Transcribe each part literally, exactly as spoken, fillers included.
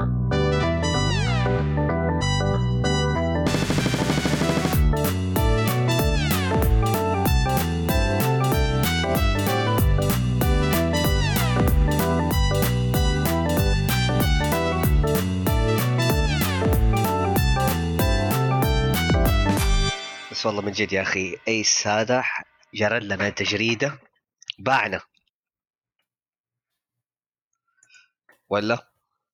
بس والله من جد يا أخي أيس هذا جرد لنا تجريدة باعنا ولا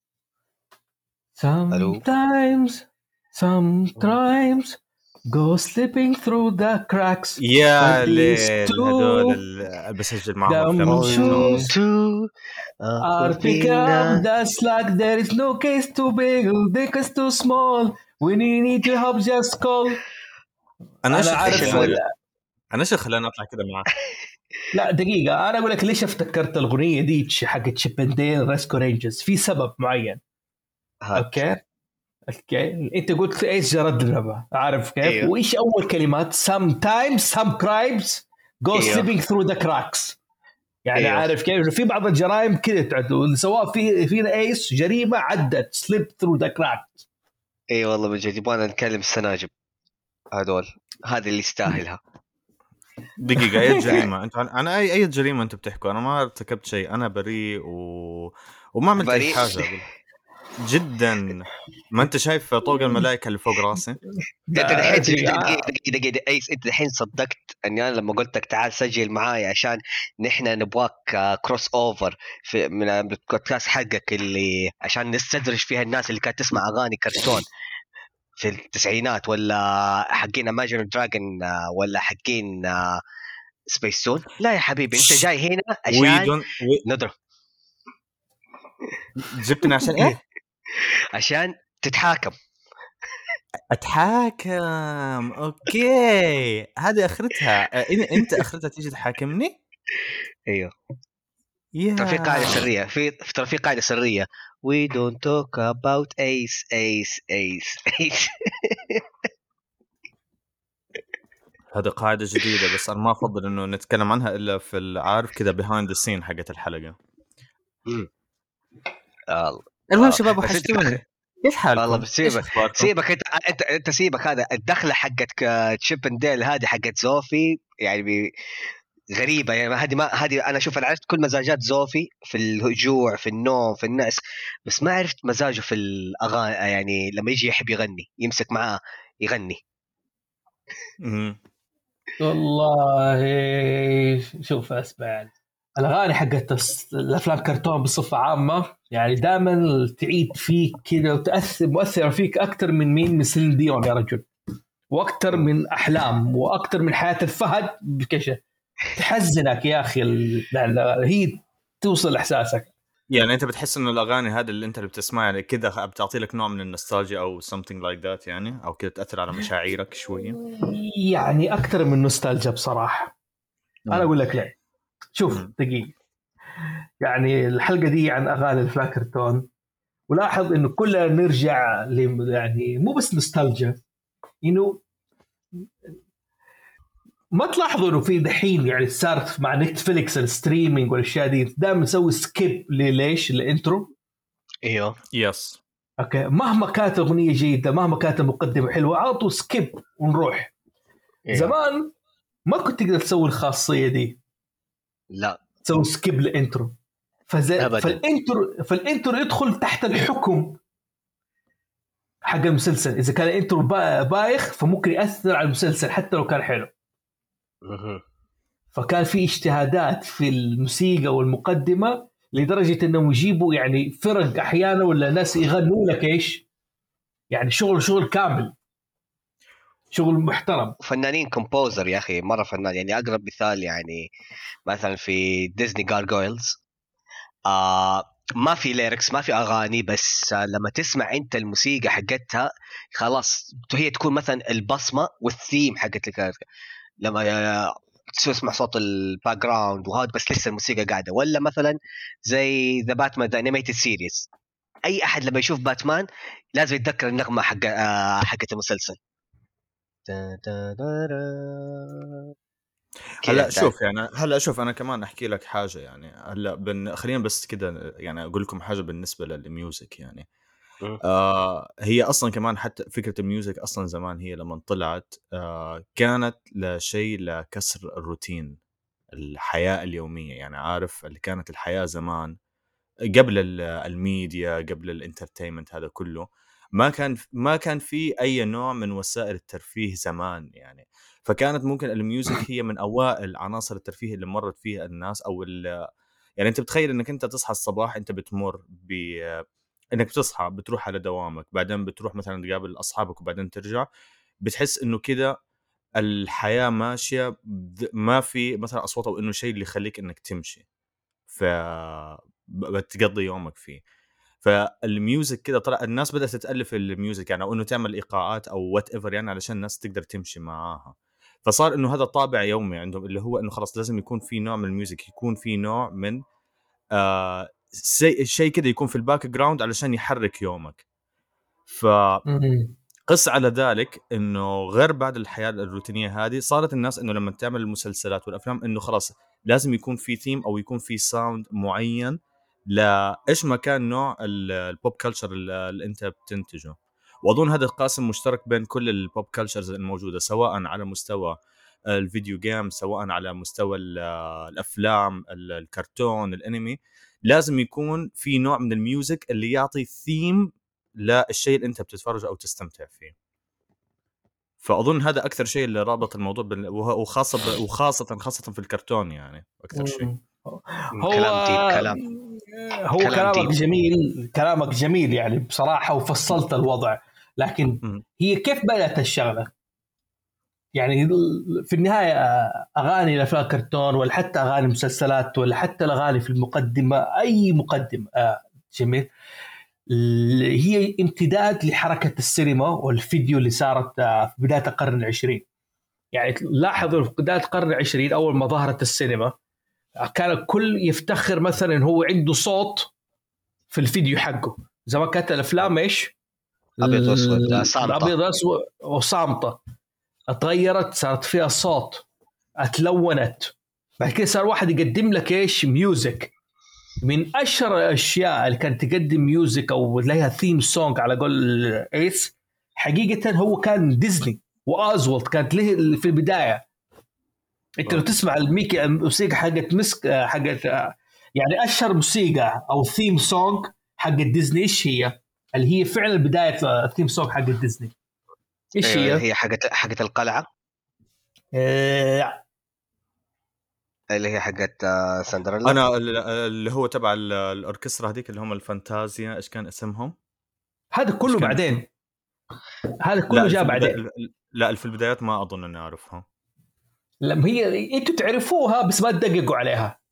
sometimes sometimes go slipping through the cracks يا but these ليل two هذول ال- بسجل معهم dumb أفلام shoes two are pick up the slack. There is no case too big, the case too small. When you need your help just call. أنا إيش أنا عارف خلاني ال- أنا إيش خلاني أطلع كده معك. لا دقيقة، أنا أقول لك ليش افتكرت الأغنية دي حقت شيبنديل ريسكو رينجرز في سبب معين. هات. أوكي أوكي أنت قلت إيش جرد لنا، عارف كيف؟ أيوه. وإيش أول كلمات sometimes some crimes go أيوه. slipping through the cracks. يعني أيوه. عارف كيف في بعض الجرائم كده تعدوا، سواء في فينا ايس جريمه عدت slip through the cracks. اي والله من جد يبغانا نكلم السناجب هذول، هذه اللي يستاهلها. دقيقة أي جريمة أنت أنا أي أي جريمة أنت بتحكوا؟ أنا ما ارتكبت شيء، أنا بريء و... وما عملت أي بريء. حاجة جدا. ما أنت شايف طوق الملائكة اللي فوق راسي؟ انت الحين دقيقة دقيقة ايس، انت الحين صدقت اني انا لما قلت لك تعال سجل معاي عشان نحن نبغاك كروس اوفر في من البودكاست حقك اللي عشان نستدرج فيها الناس اللي كانت تسمع اغاني كرتون في التسعينات، ولا حقين Imagine Dragon ولا حقين سبيس تون؟ لا يا حبيبي انت جاي هنا عشان نضرب. جبتني عشان ايه؟ عشان تتحاكم. اتحاكم اوكي، هذه اخرتها. انت اخرتها تيجي تحاكمني؟ ايوه yeah. ترى في قاعده سريه، في ترى في قاعده سريه we don't talk about ace ace ace ace. هذه قاعده جديده، بس انا ما افضل انه نتكلم عنها الا في العارف كذا behind the scene حقت الحلقه. امم الله المهم شباب وحشتوني، كيف حالكم؟ والله بسيبك سيبك انت انت انت سيبك. هذا الدخله حقت تشيبنديل هذه حقت زوفي يعني بي... غريبه يعني. هذه ما هذه انا اشوف انا عرفت كل مزاجات زوفي في الجوع في النوم في النعس، بس ما عرفت مزاجه في الاغاني يعني لما يجي يحب يغني يمسك معاه يغني. امم والله شوف اسمع، الاغاني حقت الافلام كرتون بصفه عامه يعني دائما تعيد فيك كذا وتاثر مؤثره فيك اكثر من مين من سيلين ديون يا رجل، واكثر من احلام واكثر من حياه الفهد بكشه. تحزنك يا اخي، هي توصل احساسك. يعني انت بتحس انه الاغاني هذه اللي انت اللي بتسمعها يعني كذا بتعطي لك نوع من النوستالجيا او something like that يعني، او كذا تاثر على مشاعرك شويه؟ يعني اكثر من نوستالجيا بصراحه. مم. انا اقول لك لا شوف مم. دقيقه، يعني الحلقه دي عن اغاني الفلاكرتون، ولاحظ انه كلنا نرجع ل يعني مو بس نوستالجيا، انه ما تلاحظوا انه في دحين يعني صارت مع نتفليكس الستريمينج والاشياء دي دائما نسوي سكيب ليش الانترو. ايوه يس اوكي مهما كانت اغنيه جيده مهما كانت المقدمه حلوه عطوا سكيب ونروح. إيوه. زمان ما كنت تقدر تسوي الخاصيه دي، لا تسوي سكيب للانترو فزي فالانترو فالانترو يدخل تحت الحكم حق المسلسل. اذا كان الانترو بايخ فممكن ياثر على المسلسل حتى لو كان حلو. فكان في اجتهادات في الموسيقى والمقدمه لدرجه انهم يجيبوا يعني فرق احيانا ولا ناس يغنوا لك ايش يعني شغل شغل كامل، شغل محترم. فنانين كومبوزر يا اخي مره فنان. يعني اقرب مثال يعني مثلا في ديزني غارجويلز آه ما في ليركس ما في اغاني، بس آه لما تسمع انت الموسيقى حقتها خلاص هي تكون مثلا البصمه والثيم حقت لك لما تسمع صوت الباك جراوند وهذا، بس لسه الموسيقى قاعده. ولا مثلا زي ذا باتمان انيميتد سيريز، اي احد لما يشوف باتمان لازم يتذكر النغمه حق آه حقت المسلسل. هلا شوف يعني هلا شوف انا كمان احكي لك حاجه يعني هلا بن... خلينا بس كده يعني اقول لكم حاجه بالنسبه للميوزك. يعني آه هي اصلا كمان حتى فكره الميوزك اصلا زمان هي لما طلعت آه كانت لشيء لكسر الروتين الحياه اليوميه. يعني عارف اللي كانت الحياه زمان قبل الميديا قبل الانترتينمنت هذا كله ما كان ما كان في اي نوع من وسائل الترفيه زمان يعني. فكانت ممكن الميوزك هي من اوائل عناصر الترفيه اللي مرت فيها الناس او يعني انت بتخيل انك انت تصحى الصباح انت بتمر ب انك بتصحى بتروح على دوامك بعدين بتروح مثلا تقابل اصحابك وبعدين ترجع بتحس انه كده الحياه ماشيه ما في مثلا اصوات او انه شيء اللي يخليك انك تمشي ف بتقضي يومك فيه. فالميوزك كده طلع الناس بدات تتالف الميوزك يعني او انه تعمل ايقاعات او وات ايفر يعني علشان الناس تقدر تمشي معاها. فصار انه هذا طابع يومي عندهم اللي هو انه خلاص لازم يكون في نوع من الميوزك يكون في نوع من آه شيء كده يكون في الباك جراوند علشان يحرك يومك. فقص على ذلك انه غير بعد الحياه الروتينيه هذه صارت الناس انه لما تعمل المسلسلات والافلام انه خلاص لازم يكون في ثيم او يكون في ساوند معين لايش ما كان نوع البوب كلتشر اللي انت بتنتجه. واظن هذا القاسم مشترك بين كل البوب كلتشرز الموجوده سواء على مستوى الفيديو جيم سواء على مستوى الافلام الكرتون الانمي. لازم يكون في نوع من الميوزك اللي يعطي ثيم للشيء اللي انت بتتفرج او تستمتع فيه. فاظن هذا اكثر شيء اللي رابط الموضوع بال... وخاصه وخاصه خاصه في الكرتون يعني اكثر شيء. هو كلام ديب كلام هو كلام كلامك ديب. جميل كلامك جميل يعني بصراحه وفصلت الوضع. لكن م. هي كيف بدأت الشغله يعني في النهايه اغاني الافلام كرتون ولا حتى اغاني مسلسلات ولا حتى الاغاني في المقدمه اي مقدمه آه جميل هي امتداد لحركه السينما والفيديو اللي صارت في بدايه القرن العشرين. يعني لاحظوا في بدايه القرن العشرين اول ما ظهرت السينما كان الكل يفتخر مثلا هو عنده صوت في الفيديو حقه. زمان كانت الافلام ايش ابيض واسود صامته ابيض اسود وصامته اتغيرت صارت فيها صوت اتلونت. بعد كده صار واحد يقدم لك ايش ميوزك. من اشهر الاشياء اللي كانت تقدم ميوزك او لها ثيم سونج على قول ايس حقيقه هو كان ديزني وازولد كانت له في البدايه. انت لو تسمع الميكي الموسيقى حقت مسك حقت يعني اشهر موسيقى او ثيم سونج حق ديزني ايش هي اللي هي فعلا بدايه الثيم سونج حق ديزني ايش هي هي حقت حقت القلعه إيه... اللي هي حقت سندريلا. انا اللي هو تبع الاوركسترا هذيك اللي هم الفانتازيا ايش كان اسمهم هذا كله بعدين هذا كله جاء بعدين. لا في البدايات ما اظن اني اعرفها. لما هي انتوا تعرفوها بس ما تدققوا عليها.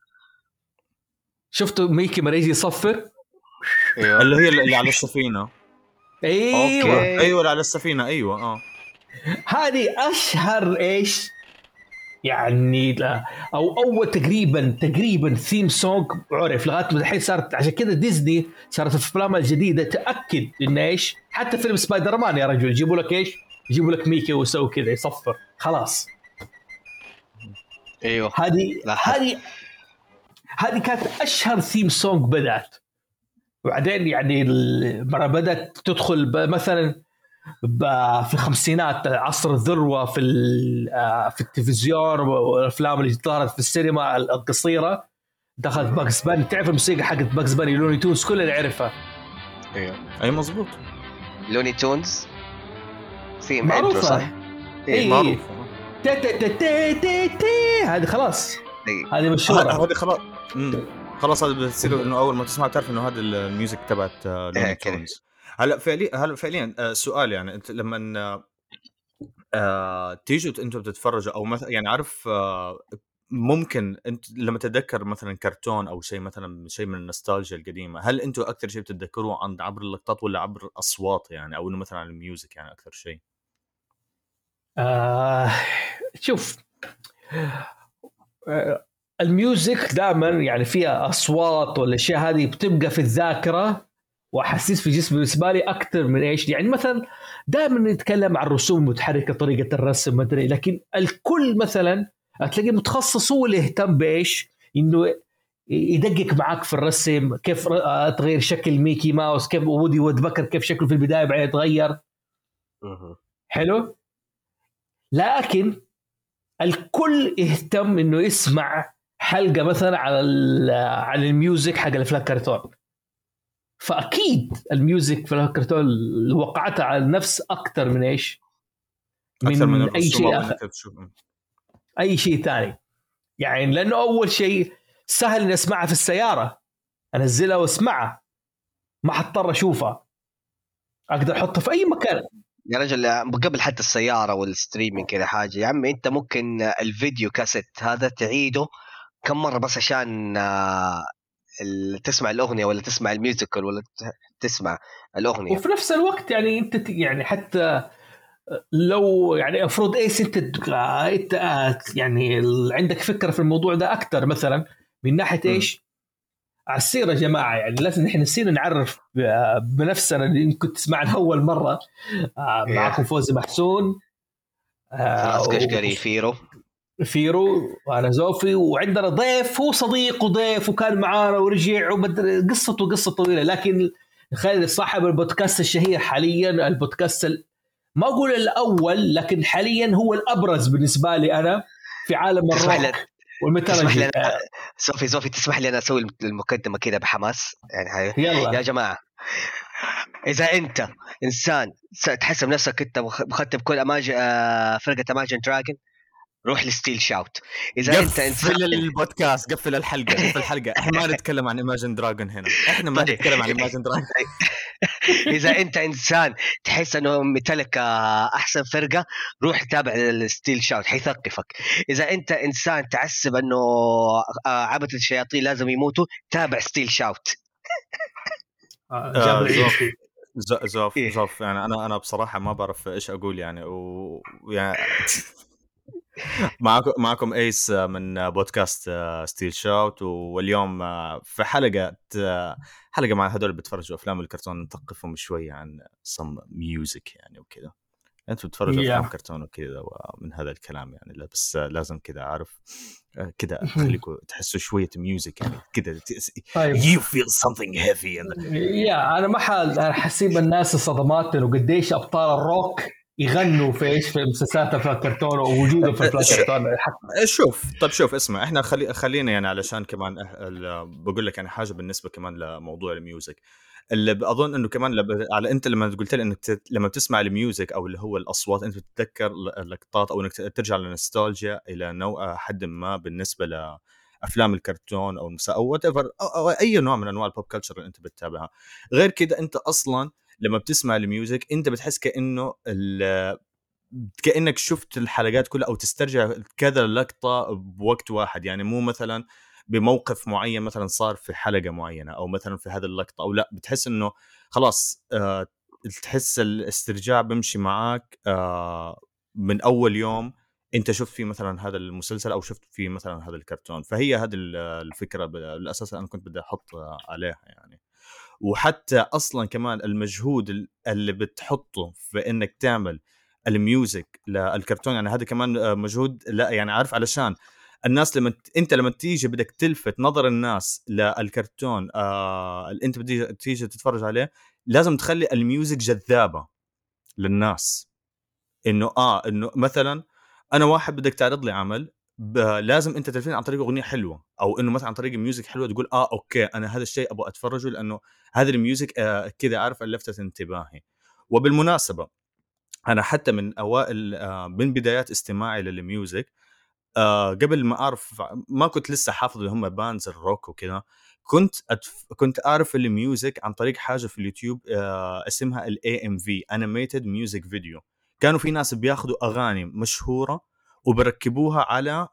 شفتوا ميكي مريجي يصفر أيوة. اللي هي اللي على السفينه ايوه أوكي. ايوه اللي على السفينه ايوه اه هذه اشهر ايش يعني لا او اول تقريبا تقريبا ثيم سونج عرف لغايه ما الحين صارت. عشان كذا ديزني صارت في الافلام الجديده تاكد ان ايش حتى فيلم سبايدر مان يا رجل يجيبوا لك ايش يجيبوا لك ميكي ويسوي كذا يصفر خلاص. ايوه هذه هذه هذه كانت اشهر ثيم سونج بدات. وبعدين يعني المره بدات تدخل مثلا في الخمسينات عصر الذروه في في التلفزيون والافلام اللي ظهرت في السينما القصيره. دخلت باكس باني تعرف الموسيقى حقت باكس باني لوني تونز كلنا نعرفها. ايوه اي مزبوط لوني تونز ثيم معروفه صح اي معروفه تي تي تي تي تي هذه خلاص هذه مشهوره هذه خلاص خلاص هذا بتصير انه اول ما تسمع تعرف انه هذا الميوزك تبعت لوني تونز. هلا فعليا هلا فعليا سؤال يعني انت لما آه تيجوا انتم بتتفرجوا او مثلا يعني عارف آه ممكن انت لما تتذكر مثلا كرتون او شيء مثلا شيء من النوستالجيا القديمه هل انتم اكثر شيء بتتذكروه عن عبر اللقطات ولا عبر الاصوات يعني او انه مثلا عن الميوزك يعني اكثر شيء؟ آه شوف آه الميوزك دائما يعني فيها اصوات والاشياء هذه بتبقى في الذاكره واحاسيس في جسمي بالنسبه لي اكثر من ايش. يعني مثلا دائما نتكلم عن الرسوم المتحركه طريقه الرسم ما ادري لكن الكل مثلا تلاقي متخصص هو اللي يهتم بايش انه يدقق معاك في الرسم، كيف تغير شكل ميكي ماوس، كيف وودي وودبكر كيف شكله في البداية بعدين يتغير. حلو. لكن الكل يهتم انه يسمع حلقة مثلا على على الميوزك حق الافلام كرتون، فاكيد الميوزك في الكرتون وقعتها على النفس اكثر من ايش، من, أكثر من اي شيء الرسوم آخر. اي شيء ثاني يعني. لانه اول شيء سهل اني اسمعها في السيارة، انزلها واسمعها، ما حضطر اشوفها، اقدر احطها في اي مكان. يا رجل قبل حتى السيارة والستريمينج كذا حاجة يا عمي، انت ممكن الفيديو كاسيت هذا تعيده كم مرة بس عشان تسمع الأغنية ولا تسمع الميوزيكال ولا تسمع الأغنية. وفي نفس الوقت يعني انت يعني حتى لو يعني افرض ايش انت انت يعني عندك فكرة في الموضوع ده اكتر مثلا من ناحية ايش على السيرة يا جماعة، يعني لازم نحن نسينا نعرف بنفسنا اللي كنت تسمعنا أول مرة. معكم فوزي محسون، فراس كشكري، فيرو فيرو وأنا زوفي، وعندنا ضيف هو صديق وضيف وكان معانا ورجع وبدر قصته قصة طويلة. لكن خالد صاحب البودكاست الشهير حاليا، البودكاست ما أقول الأول لكن حاليا هو الأبرز بالنسبة لي أنا في عالم الروك والميتالوجي. لي أنا... سوفي زوفي تسمح لي أنا أسوي المقدمة كده بحماس يعني. يلا يا جماعة، إذا أنت إنسان تحسب نفسك أنت مختم كل أماج... فرقة أماجن دراجون، روح لستيل شاوت. إذا أنت إنسان قفل البودكاست، قفل الحلقة، قفل الحلقة. إحنا ما نتكلم عن إماجن دراجون هنا، إحنا ما نتكلم عن إماجن دراجون. إذا أنت إنسان تحس أنه ميتاليكا أحسن فرقة، روح تابع الستيل شاوت حيثقفك. إذا أنت إنسان تعسب أنه عبث الشياطين لازم يموتوا، تابع ستيل شاوت. جاب زوف زوف زوف يعني أنا أنا بصراحة ما بعرف إيش أقول يعني. ويعني معكم معكم ايس من بودكاست ستيل شاوت، واليوم في حلقه حلقه مع هذول بتفرجوا افلام الكرتون، نثقفهم شويه عن صم ميوزك يعني وكذا. انتوا بتتفرجوا yeah. افلام كرتون وكذا ومن هذا الكلام يعني، بس لازم كذا عارف كذا خليكم تحسوا شويه ميوزك يعني كذا. you feel something heavy and... يا انا ما حسيب الناس الصدمات انه قديش ابطال الروك يغنوا في ايش في مسلسلات الكرتون ووجوده في الكرتون. شوف طب شوف اسمع، احنا خلي خلينا يعني علشان كمان بقول لك يعني حاجه بالنسبه كمان لموضوع الميوزك اللي اظن انه كمان لب... على انت لما قلت لي انك ت... لما بتسمع الميوزك او اللي هو الاصوات انت بتتذكر لقطات او انك ترجع للنوستالجيا الى نوع حد ما بالنسبه لافلام الكرتون او المسا او whatever أو... او اي نوع من انواع البوب كلتشر اللي انت بتتابعها. غير كده انت اصلا لما بتسمع الميوزك انت بتحس كانه ال... كأنك شفت الحلقات كلها أو تسترجع كذا لقطة بوقت واحد يعني، مو مثلا بموقف معين مثلا صار في حلقة معينة أو مثلا في هذه اللقطة أو لا. بتحس إنه خلاص أه تحس الاسترجاع بمشي معاك أه من أول يوم أنت شفت فيه مثلا هذا المسلسل أو شفت فيه مثلا هذا الكرتون. فهي هذه الفكرة بالأساس أنا كنت بدي أحط عليها يعني. وحتى أصلا كمان المجهود اللي بتحطه في إنك تعمل الميوزك للكرتون يعني هذا كمان مجهود. لا يعني عارف علشان الناس لما انت لما تيجي بدك تلفت نظر الناس للكرتون آه اللي انت بدك تيجي تتفرج عليه، لازم تخلي الميوزك جذابة للناس. انه اه انه مثلا انا واحد بدك تعرض لي عمل لازم انت تلفين عن طريق اغنيه حلوه او انه مثلا عن طريق ميوزك حلوه تقول اه اوكي انا هذا الشيء ابغى اتفرجه لانه هذا الميوزك آه كذا عارف لفتت انتباهي. وبالمناسبه أنا حتى من أوائل آه من بدايات استماعي للميوزك آه قبل ما أعرف ما كنت لسه حافظ اللي هم بانز الروك وكذا، كنت أتف... كنت أعرف الميوزك عن طريق حاجة في اليوتيوب آه اسمها ال إيه إم في Animated Music Video. كانوا في ناس بياخدوا أغاني مشهورة وبركبوها على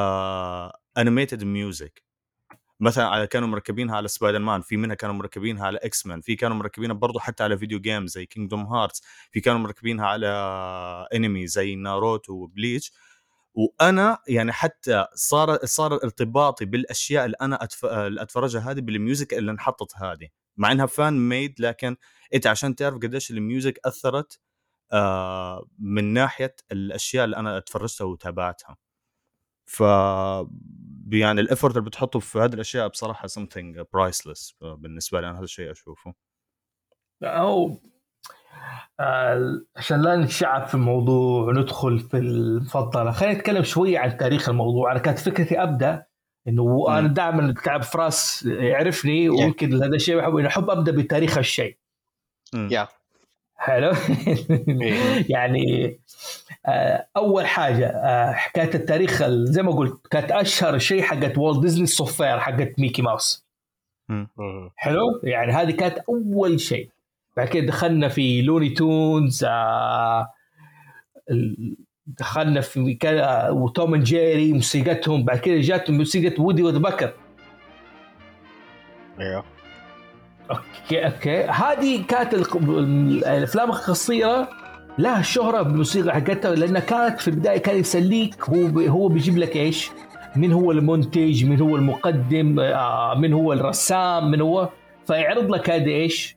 آه Animated Music. مثلا كانوا مركبينها على سبايدر مان، في منها كانوا مركبينها على اكس مان، في كانوا مركبينها برضو حتى على فيديو جيم زي كينغدوم هارتس، في كانوا مركبينها على انمي زي ناروتو وبليتش. وانا يعني حتى صار صار ارتباطي بالاشياء اللي انا أتف... اتفرجها هذه بالميوزك اللي انحطت هذه، مع انها فان ميد، لكن انت عشان تعرف قديش الميوزك اثرت آه من ناحيه الاشياء اللي انا اتفرجتها وتابعتها. ف يعني الافورت اللي بتحطه في هذه الاشياء بصراحه something priceless بالنسبه لي انا. هذا الشيء اشوفه. أو آه، عشان لا نشعب في الموضوع وندخل في المفضلة، خلينا نتكلم شوية عن تاريخ الموضوع. أنا كانت فكرتي أبدأ إنه أنا دائما تعب فراس يعرفني Yeah. ويمكن هذا الشيء بحب إنه أحب أبدأ بتاريخ الشيء. يا حلو. يعني آه، أول حاجة آه، حكاية التاريخ زي ما قلت كانت أشهر شيء حقت والت ديزني الصفير حقت ميكي ماوس. حلو، يعني هذه كانت أول شيء. بعد كده دخلنا في لوني تونز، آه دخلنا في كذا وتوم اند جيري موسيقتهم. بعد كده جات موسيقى وودي وذبكر. ايوه اوكي اوكي هذه كانت الافلام القصيره لها شهره بالموسيقى حقتها، لانها كانت في البدايه كان يسليك. هو هو بيجيب لك ايش، من هو المنتج، من هو المقدم، آه من هو الرسام، من هو، فيعرض لك هذا ايش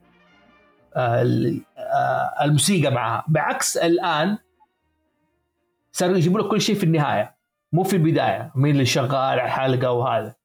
الموسيقى معها. بعكس الآن صاروا يجيبوا لك كل شيء في النهاية مو في البداية، مين اللي شغال على الحلقة وهذا،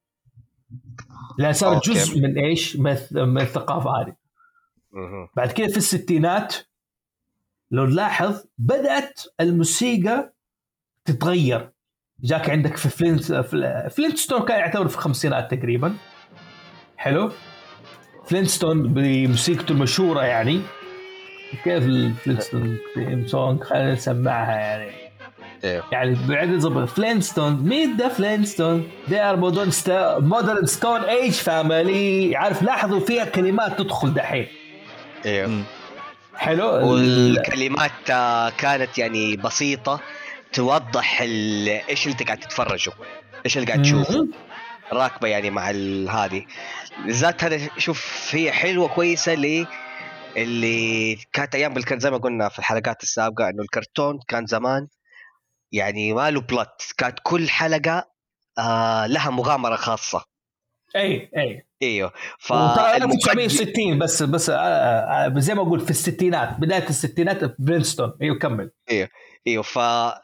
لا صار أوكي. جزء من إيش من الثقافة هذه. بعد كده في الستينات لو نلاحظ بدأت الموسيقى تتغير. جاك عندك في فلينت فلينتستون كان يعتبر في الخمسينات تقريبا. حلو، فلينتستون بموسيقته المشهورة يعني كيف الفلينتستون ثيم سونج خلينا نسمعها يعني. ايوه يعني بعد زبط فلينتستون ميت ذا فلينتستون they are modern sta- modern stone age family. عارف لاحظوا فيها كلمات تدخل دحين. ايوه حلو، والكلمات كانت يعني بسيطة توضح ايش اللي قاعد تتفرجوا، ايش اللي قاعد تشوفوا، راكبة يعني مع هذه بالذات. هذا شوف هي حلوة كويسة ليه اللي كانت ايام بالكان زي ما قلنا في الحلقات السابقه انه الكرتون كان زمان يعني ما له بلوت، كانت كل حلقه آه لها مغامره خاصه. اي اي ايوه وترى فالمقدم تسعمية وستين بس بس آه آه زي ما اقول في الستينات بدايه الستينات برينستون. ايوه كمل. ايوه ايوه ف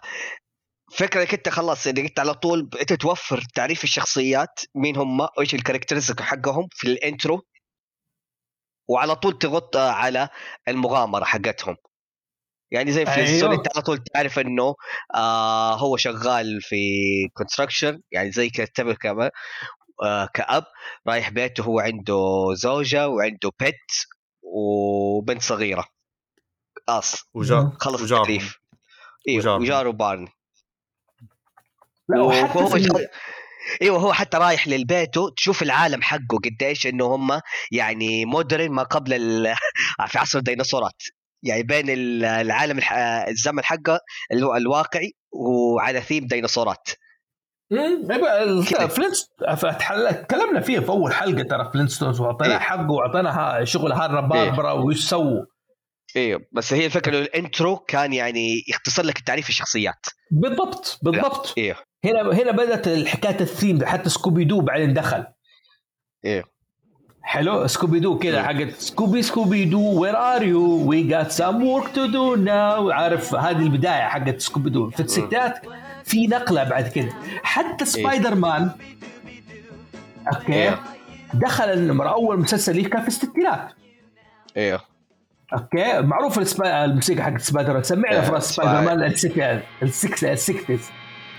فكرة انت خلاص انك انت على طول انت توفر تعريف الشخصيات مين هم وايش الكاركترستيك حقهم في الانترو، وعلى طول تغطى على المغامره حقتهم. يعني زي فلينستون أيوه. انت على طول تعرف انه آه هو شغال في كونستراكشن يعني زي كتبه كمان آه كأب رايح بيته، هو عنده زوجة وعنده بيت وبنت صغيرة أص وجار خلص وجارهم. التعريف. إيه وجارهم. وجاره بارني. لا وحتى وهو في جا... ايوه هو حتى رايح للبيته تشوف العالم حقه قديش انه هم يعني مودرن ما قبل ال... في عصر الديناصورات، يعني بين العالم الح... الزمن حقه الواقعي وعلى ثيم ديناصورات. امم فلينست تكلمنا فيه في اول حلقه ترى فلينستونز واعطينا إيه. حقه واعطينا شغل هارنا باربرا إيه. وش سووا. ايوه بس هي الفكره انه الانترو كان يعني يختصر لك التعريف الشخصيات بالضبط بالضبط. ايوه هنا هنا بدات الحكايه الثيم حتى سكوبي دو بعدين دخل. ايوه حلو سكوبي دو كده حقت سكوبي سكوبي دو وير ار يو وي جات سام ورك تو دو ناو. عارف هذه البدايه حقت سكوبي دو في الستات. في نقله بعد كده حتى سبايدر مان اوكي إيه. دخل النمر اول مسلسل ليه كان في الستينات. ايوه اوكي معروف السبا... الموسيقى حق سبايدر مان. سمعنا إيه. في سبايدر مان السكس السكس السكس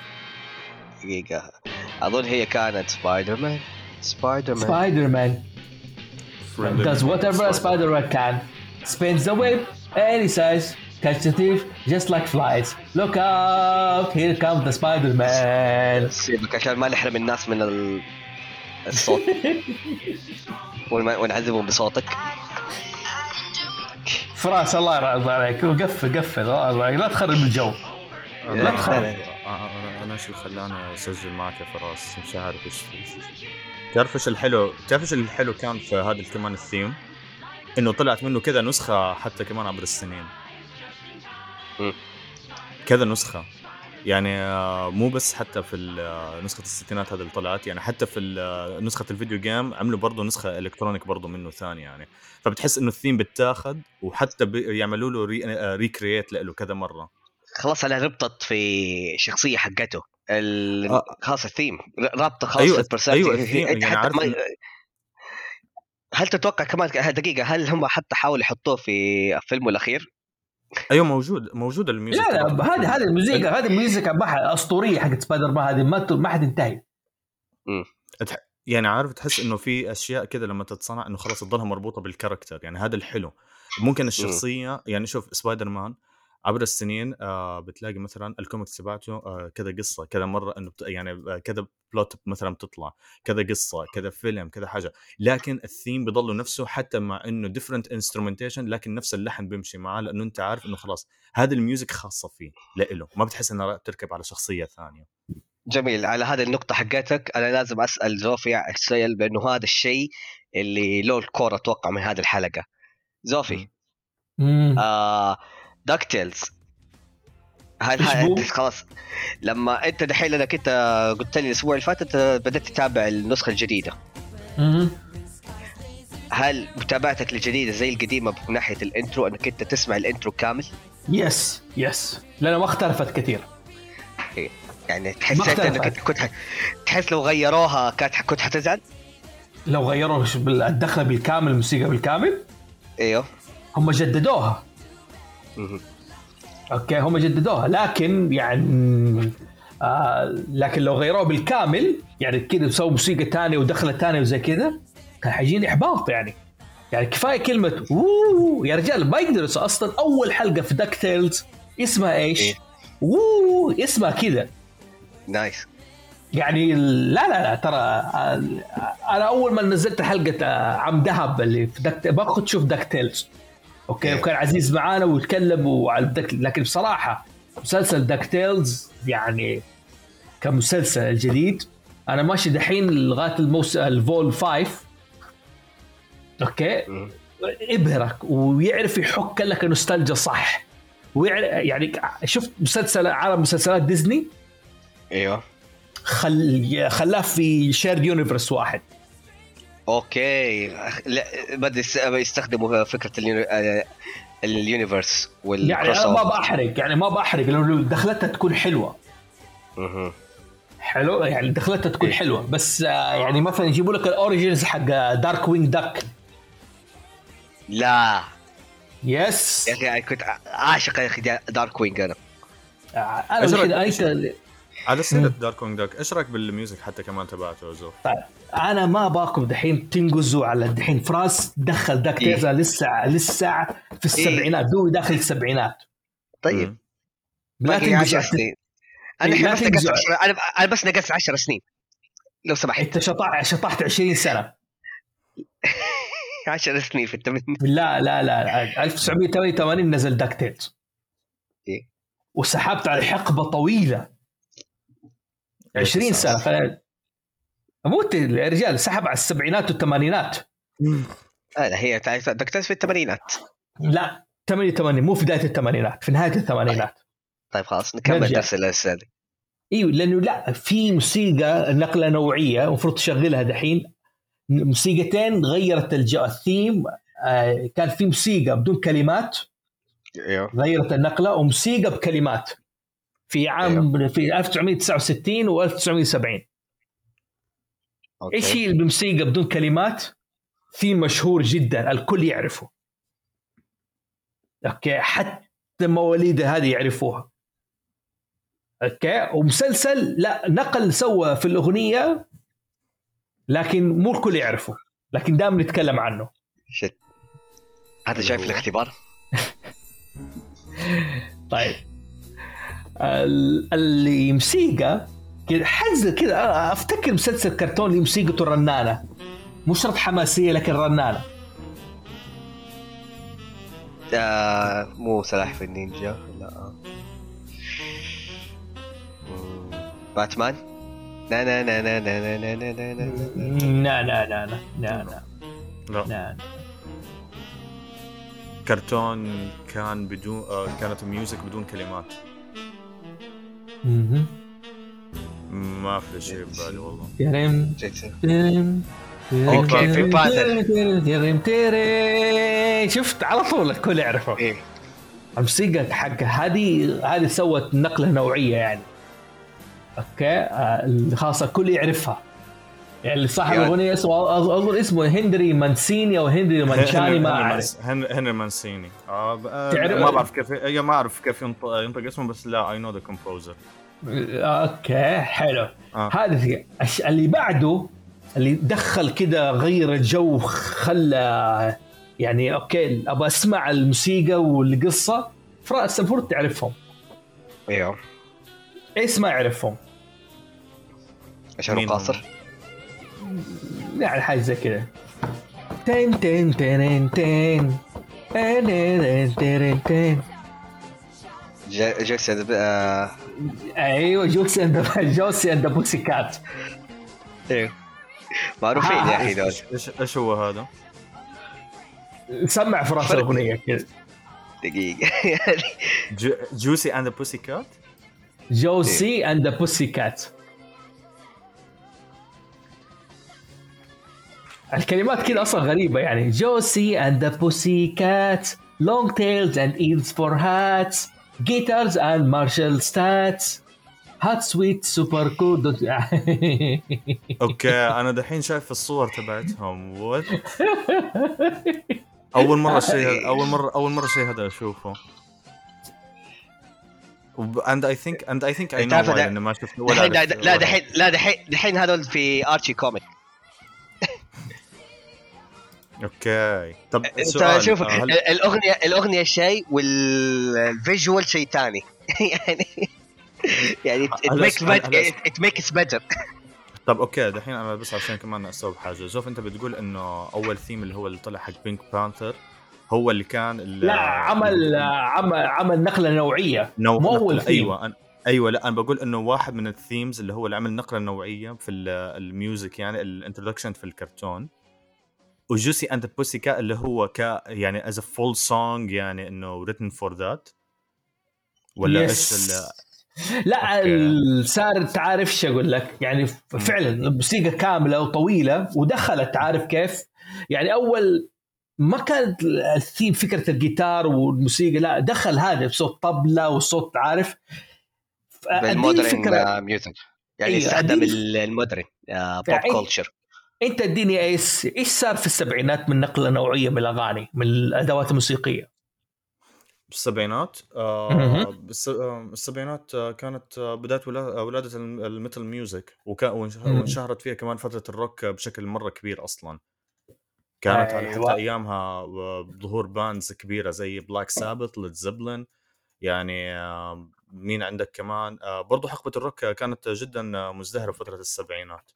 دقيقه اظن هي كانت سبايدر مان سبايدر مان سبايدر مان does whatever a Spider-Man can, spins the web any size, catch the thief just like flies. Look out, here comes the Spider-Man. سيبك عشان ما نحرم الناس من ال... الصوت ونعذبهم بصوتك. فراس الله يرضى عليك وقفل قفل الله لا تخرب الجو. لا تخرب. انا شو خلاني اسجل معك يا فراس مش عارف ايش. تعرف ايش الحلو تعرف ايش الحلو كان في هذا كمان الثيم انه طلعت منه كذا نسخه حتى كمان عبر السنين. م. كذا نسخه يعني مو بس حتى في نسخه الستينات هذا اللي طلعت يعني حتى في نسخه الفيديو جيم عملوا برضه نسخه الكترونيك برضه منه ثاني يعني. فبتحس انه الثيم بتاخد وحتى يعملوا له ري... ريكرييت له كذا مره. خلاص على ربطت في شخصيه حقته ال آه. خاص الثيم رابطه خاص أيوة، البرسنتج. أيوة الثيم، يعني عارف ما... إن... هل تتوقع كمان دقيقه هل هم حتى حاولوا يحطوه في فيلمه الاخير؟ ايوه موجود موجود الميوزك. لا لا هذه هذه الموسيقى هذه الموسيقى بحر اسطوريه حقت سبايدر مان، هذه ما ما حد انتهي. امم يعني عارف تحس انه في اشياء كذا لما تتصنع انه خلاص تضلها مربوطه بالكاركتر، يعني هذا الحلو. ممكن الشخصيه م. يعني شوف سبايدر مان عبر السنين آه بتلاقي مثلا الكوميكس تبعته آه كذا قصه كذا مره انه بت... يعني آه كذا بلوت مثلا بتطلع كذا قصه كذا فيلم كذا حاجه، لكن الثيم بيضله نفسه حتى مع انه ديفرنت انسترومنتيشن، لكن نفس اللحن بيمشي معاه، لانه انت عارف انه خلاص هذا الميوزك خاصه فيه لإله، ما بتحس انها بتركب على شخصيه ثانيه. جميل. على هذه النقطة حقتك أنا لازم أسأل زوفي السؤال، بأنه هذا الشيء اللي له الكورة أتوقع من هذه الحلقة. زوفي آه داكتيلز، هل هل خلاص لما أنت دحين لأنك أنت قلت لي الأسبوع اللي فات بدأت تتابع النسخة الجديدة، مم. هل متابعتك الجديدة زي القديمة من ناحية الانترو أنك أنت تسمع الانترو كامل؟ يس يس لأنه ما اختلفت كثير. إيه. يعني تحس انك كنت ح... تحس لو غيروها كانت كنت حتزعل؟ لو غيروا الدخله بالكامل الموسيقى بالكامل ايوه هم جددوها. م- اوكي هم جددوها لكن يعني آه لكن لو غيروها بالكامل يعني كده سووا موسيقى تانية ودخلة تانية وزي كده كان حيجيني احباط. يعني يعني كفايه كلمه ووو يا رجال. ما يقدروا اصلا اول حلقه في داكتيلز اسمها ايش؟ إيه؟ ووو اسمها كده نايس. يعني لا لا لا ترى انا اول ما نزلت حلقه عم دهب اللي في دكت باخذ تشوف داكتيلز اوكي وكان عزيز معانا ويتكلم وعلى دك... لكن بصراحه مسلسل داكتيلز يعني كمسلسل الجديد انا ماشي دحين لغايه الموسم الفول فايف اوكي ابهرك ويعرف يحك لك نوستالجيا صح ويعرف يعني شفت مسلسل عالم مسلسلات ديزني ايوه خل خلاه في شيرد يونيفرس واحد. اوكي بدي يستخدموا فكره اليونيفرس وال يعني انا ما بحرق يعني ما بحرق لو دخلتها تكون حلوه. اها حلو يعني دخلتها تكون حلوه بس يعني مثلا يجيبوا لك الاوريجينز حق دارك وينج داك. لا يس يا اخي كنت عاشق يا اخي دارك وينج. انا انا انت على سيرة دارك وينج داك ايش رايك بالميوزك حتى كمان تبعته زوف؟ طيب انا ما باكم دحين تنقزوا على دحين فراس دخل داك إيه؟ تيزا لسه لسه في السبعينات إيه؟ دوي داخل السبعينات. طيب لا تنقزوا انا إيه بس نقص عشرة انا انا بس نقص عشر سنين لو سمحت. انت شطحت شطحت عشرين سنه. عشر سنين في الثمانينات. لا لا لا ألف وتسعمية وثمانية وثمانين نزل داك تيلز إيه؟ وسحبت على حقبه طويله عشرين سنه. خلال اموت الرجال سحب على السبعينات والثمانينات. لا هي داك تيلز في الثمانينات. لا ثمانية وثمانين مو في بدايه الثمانينات في نهايه الثمانينات. طيب خلاص نكمل درس الأسئلة. ايوه لانه لا في موسيقى نقله نوعيه المفروض تشغلها دحين. موسيقتين غيرت الجو الثيم. آه كان في موسيقى بدون كلمات ايوه غيرت النقله وموسيقى بكلمات في عام أيوه. في ألف وتسعمية وتسعة وستين و ألف وتسعمية وسبعين. ايش هي الموسيقى بدون كلمات؟ في مشهور جدا الكل يعرفه اوكي حتى مواليد هذه يعرفوها اوكي. ومسلسل لا نقل سوى في الاغنيه لكن مو الكل يعرفه لكن دائما نتكلم عنه. شت. هذا شايف الاختبار. طيب اللي موسيقى كذا حزة كذا افتكر مسلسل كرتون اللي موسيقته رنانه مو شرط حماسيه لكن رنانه. آه مو سلاحف النينجا لا باتمان. لا لا لا لا لا لا لا لا لا لا لا لا لا لا لا كرتون كان بدون آه كانت الميوزك بدون كلمات. اها ما في شيء بالي والله. تيرم تيرم اوكي في باتل تيرم تيرم شفت على طول الكل يعرفه. إيه؟ الموسيقى حق هذه هذه سوت نقله نوعيه يعني اوكي آه، اللي خاصه الكل يعرفها، يعني صاحب يعني- الاغنيه اسمه اظن اسمه هنري مانسيني او هنري مانشاني ما اعرف. هنري مانسيني. آه ب- آه تعرف- ما بعرف كيف يا ما اعرف كيف ينطق, ينطق اسمه، بس لا اي نو ذا كومبوزر. اوكي حلو. آه. هذا الش- اللي بعده اللي دخل كده غير الجو، خلى يعني اوكي ابغى اسمع الموسيقى والقصه. فراس المفروض تعرفهم، ايوه ايش ما يعرفهم عشان مين قاصر. يعني حاجه زي كده. تن تن تن تن تن تن تن. جا- جاكسون آه، ايوه جوسي اند جوسي اند بوسي كات. ايوه معروفين يا اخي دول. ايش ايش هو هذا؟ سمع في راس فرق. الاغنيه كده. دقيقة يعني جوسي اند بوسي كات. جوسي اند بوسي كات. الكلمات كده اصلا غريبه يعني. جوسي اند بوسي كات long tails and ears for hats guitars and martial stats hot sweet super cool. اوكي انا دحين شايف الصور تبعتهم. وات اول مره شيء اول مره اول مره شيء هذا اشوفه. and I think and I think I know why لأنه ما شفت ولا دحين عرفت. لا دحين لا دحين دحين هذول في ارشي كوميك. اوكي طب انت سؤال شوف آه، هل... الاغنيه الاغنيه شيء والفيجوال شيء ثاني. يعني يعني it هلا- makes هلا- bet- هلا- it- it makes better. طب اوكي دحين انا بس عشان كمان استوعب حاجه. شوف انت بتقول انه اول ثيم اللي هو اللي طلع حق بينك بانثر هو اللي كان ال- لا عمل عمل عمل نقله نوعيه نو... مو اول نقلة. ثيم. ايوه أنا... ايوه لا انا بقول انه واحد من الثيمز اللي هو اللي عمل نقله نوعيه في ال- الميوزك، يعني الانترودكشن في الكرتون. وجوسي اند بوسي كات اللي هو ك يعني as a full song، يعني انه written for that ولا ايش ال... لا أوكي. صار تعرف شو اقول لك يعني فعلا الموسيقى كامله وطويله ودخلت عارف كيف يعني. اول ما كانت الثيم فكره الجيتار والموسيقى، لا دخل هذا بصوت طبله وصوت عارف بالمودرن ميوزك يعني أيوة، استخدم أديني- المودرن بوب يعني كولتشر. انت اديني ايش ايش صار في السبعينات من نقله نوعيه من الاغاني من الادوات الموسيقيه. بالسبعينات آه مهم. بالس... آه، السبعينات آه، كانت آه، بداية ولا... ولادة الم- الميتال ميوزك، وكان وانش- مم. وانشهرت فيها كمان فترة الروك بشكل مرة كبير أصلا. كانت على حتى أيوة. أيامها آه، ظهور باندز كبيرة زي بلاك سابث، ليد زيبلين، يعني آه، مين عندك كمان آه، برضو حقبة الروك كانت جدا آه، مزدهرة فترة السبعينات.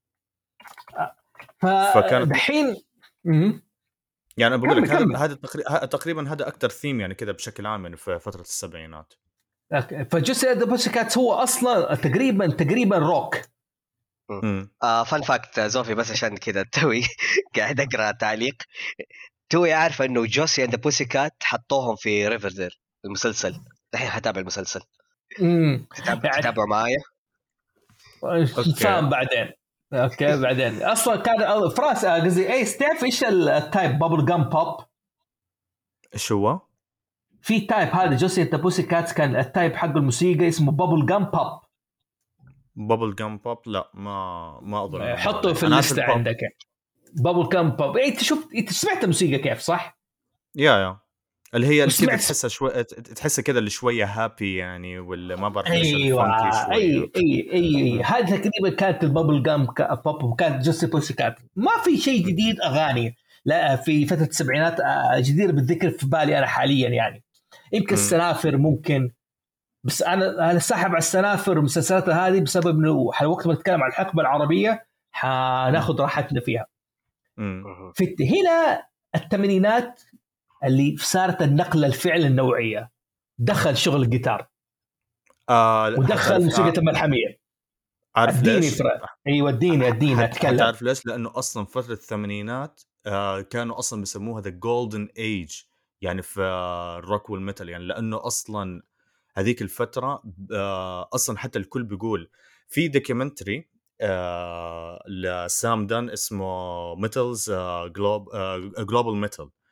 فكانت فدحين مم. يعني أنا بقول لك كمل- هذا كمل. هذا تقريبا تقريبا هذا أكتر ثيم يعني كذا بشكل عام يعني في فترة السبعينات. أوكي. فجوسي ذا بوسيكاتس هو اصلا تقريبا تقريبا روك. امم آه فان فاكت زوفي بس عشان كذا توي قاعد اقرا تعليق. توي عارفه انه جوسي اند بوسي كات حطوهم في ريفرديل المسلسل. الحين حتابع المسلسل. امم تتابع يعني تتابعوا معايا. فاهم بعدين. اوكي بعدين اصلا كان فراس قصدي اي ستيف ايش التايب بابل جام بوب. ايش هو؟ في تايب هذا جوسي ذا بوسي كاتس كان التايب حق الموسيقى اسمه بابل جام بوب. بابل جام بوب لا ما ما اظن. حطه في أنا عارف الليسته البوب. عندك بابل جام بوب. انت شفت انت سمعت الموسيقى كيف صح؟ يا يا اللي هي اللي كذا وسمعت- تحسها شوي تحسها كذا اللي شويه هابي يعني، ولا ما بعرف ايش ايوه الفانكي شوي. اي اي اي هذه تقريبا كانت البابل جام بوب وكانت جوسي بوسي كات. ما في شيء جديد اغاني لا في فتره السبعينات آه، جدير بالذكر في بالي انا حاليا يعني. يمكن م. السنافر ممكن، بس انا انا ساحب على السنافر والمسلسلات هذه بسبب انه وقت ما نتكلم عن الحقبه العربيه حناخذ راحتنا فيها. م. في هنا الثمانينات اللي صارت النقله الفعل النوعيه، دخل شغل الجيتار آه ودخل موسيقى الملحميه. عارف اديني ليش؟ فرق ايوه اديني اديني اتكلم. تعرف ليش؟ لانه اصلا فتره الثمانينات آه كانوا اصلا بيسموها ذا جولدن ايج يعني في الروك والميتال، يعني لانه اصلا هذيك الفتره آه اصلا حتى الكل بيقول في دوكيومنتري آه لسام دان اسمه ميتالز جلوب جلوبال ميتال.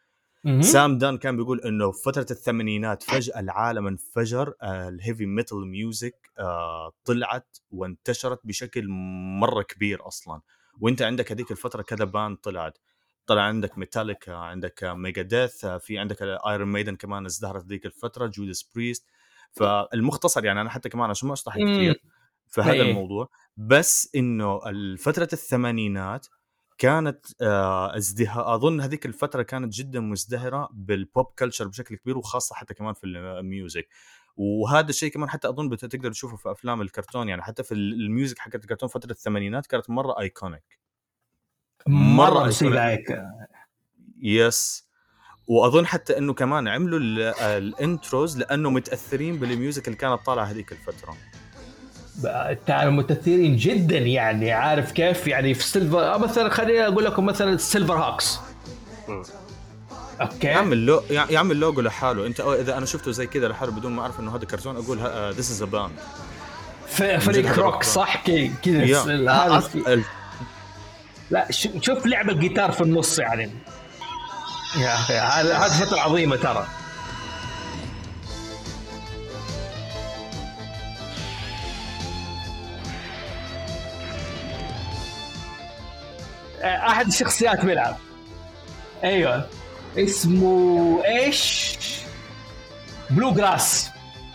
سام دان كان بيقول انه في فتره الثمانينات فجاه العالم انفجر، آه الهيفي ميتال ميوزك آه طلعت وانتشرت بشكل مره كبير اصلا. وانت عندك هذيك الفتره كذا باند طلعت، طلع عندك ميتاليكا، عندك ميجاديث، في عندك ايرون ميدن كمان ازدهرت ذيك الفتره، جوداس بريست. فالمختصر يعني انا حتى كمان عشان ما اشرح كثير في هذا الموضوع، بس انه فتره الثمانينات كانت ازدهار. اظن هذيك الفتره كانت جدا مزدهره بالبوب كلتشر بشكل كبير، وخاصه حتى كمان في الميوزك. وهذا الشيء كمان حتى اظن بتقدر تشوفه في افلام الكرتون، يعني حتى في الميوزك حقت الكرتون فتره الثمانينات كانت مره ايكونيك، مره ايكونيك. يس. واظن حتى انه كمان عملوا الانتروز لانه متاثرين بالميوزك اللي كانت طالعه هذيك الفتره. كانوا متأثرين جدا، يعني عارف كيف، يعني في سيلفر مثلا، خليني اقول لكم مثلا سيلفر هوكس. اوكي يعمل لو يعمل لوجو لحاله. انت اذا انا شفته زي كده لحاله بدون ما اعرف انه هذا كرتون اقول ذس از ا باند فريق روك، صح كذا هذا. لا شوف لعب الجيتار في النص، يعني يا اخي هذه فتره عظيمه ترى. احد الشخصيات بيلعب، ايوه اسمه ايش، بلو جراس.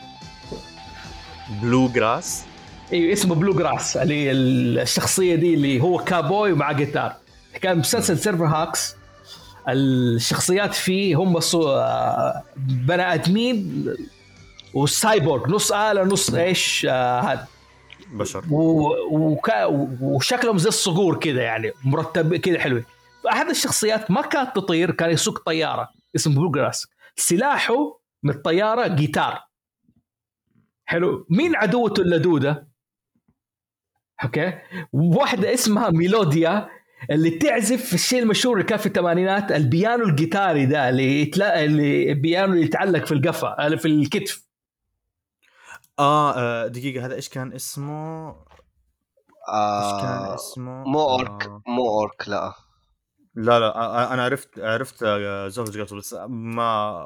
بلو جراس ايوه اسمه بلو جراس، اللي الشخصيه دي اللي هو كابوي ومع جيتار. كان مسلسل سيلفر هوكس، الشخصيات فيه هم بني ادمين وسايبورغ، نص آلة نص ايش هذا آه بشر، وكا وشكلهم زي الصقور كده، يعني مرتب كده حلو. فأحد الشخصيات ما كانت تطير، كان يسوق طيارة اسمه بلو جراس، سلاحه من الطيارة جيتار. حلو. مين عدوته اللدودة؟ اوكي، واحدة اسمها ميلوديا اللي تعزف في الشيء المشهور اللي كان في الثمانينات، البيانو الجيتاري ده اللي يتلا... اللي بيانو اللي يتعلق في القفا اللي في الكتف. آه دقيقة، هذا إيش كان اسمه؟ آه إيش كان اسمه؟ مو أورك آه مو أورك لا لا لا آه أنا عرفت عرفت زوج قطو، بس ما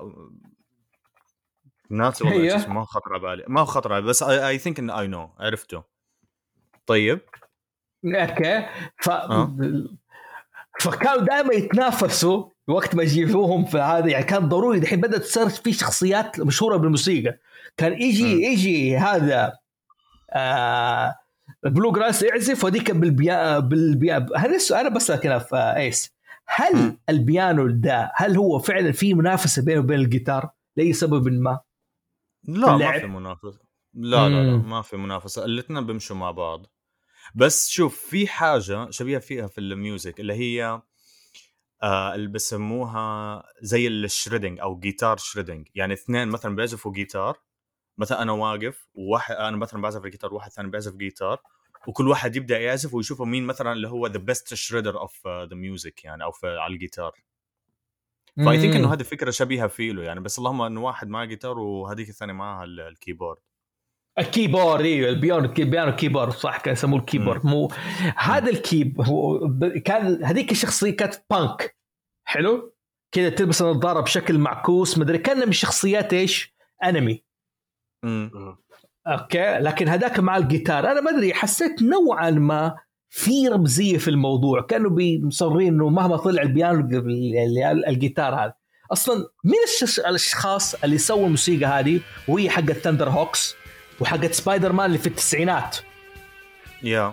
ناسي والله اسمه، ما خطر على بالي ما خطر على بالي، بس I, I think إن I know عرفته. طيب اوكي ف آه. فكانوا دائما يتنافسوا وقت ما يجيبوهم في هذا، يعني كان ضروري. الحين بدأت تصير في شخصيات مشهورة بالموسيقى، كان يجي م. يجي هذا آه بلو جراس يعزف وديك بالبيا بالبيا هذا السؤال بس كده في ايس، هل م. البيانو ده هل هو فعلا في منافسة بينه وبين الجيتار لأي سبب ما؟ لا ما في منافسة، لا لا لا ما في منافسة، الاثنين بيمشوا مع بعض. بس شوف في حاجة شبيهة فيها في الميوزك اللي هي آه اللي بسموها زي الشريدنج أو جيتار شريدنج. يعني اثنين مثلا بيعزفوا جيتار، مثلا أنا واقف وواحد أنا مثلا بعزف الجيتار وواحد ثاني بيعزف جيتار، وكل واحد يبدأ يعزف ويشوفوا مين مثلا اللي هو the best shredder of uh, the music يعني أو في على الجيتار. فاي ثينك إنه هذه فكرة شبيهة فيه له يعني، بس اللهم إنه واحد معه جيتار وهذيك الثانية معها الكيبورد. الكيبورد ايوه البيانو البيانو كيبورد صح، كان يسموه الكيبورد. مو هذا الكيب هو كان هذيك الشخصيه كانت بانك حلو كذا، تلبس النظاره بشكل معكوس مدري، كان من شخصيات ايش انمي. امم اوكي لكن هذاك مع الجيتار انا ما ادري، حسيت نوعا ما في رمزيه في الموضوع، كانوا بيصرين انه مهما طلع البيانو اللي الجيتار هذا اصلا مين الاشخاص اللي سووا الموسيقى هذه، وهي حقت ثاندر هوكس وحقت سبايدر مان اللي في التسعينات. يا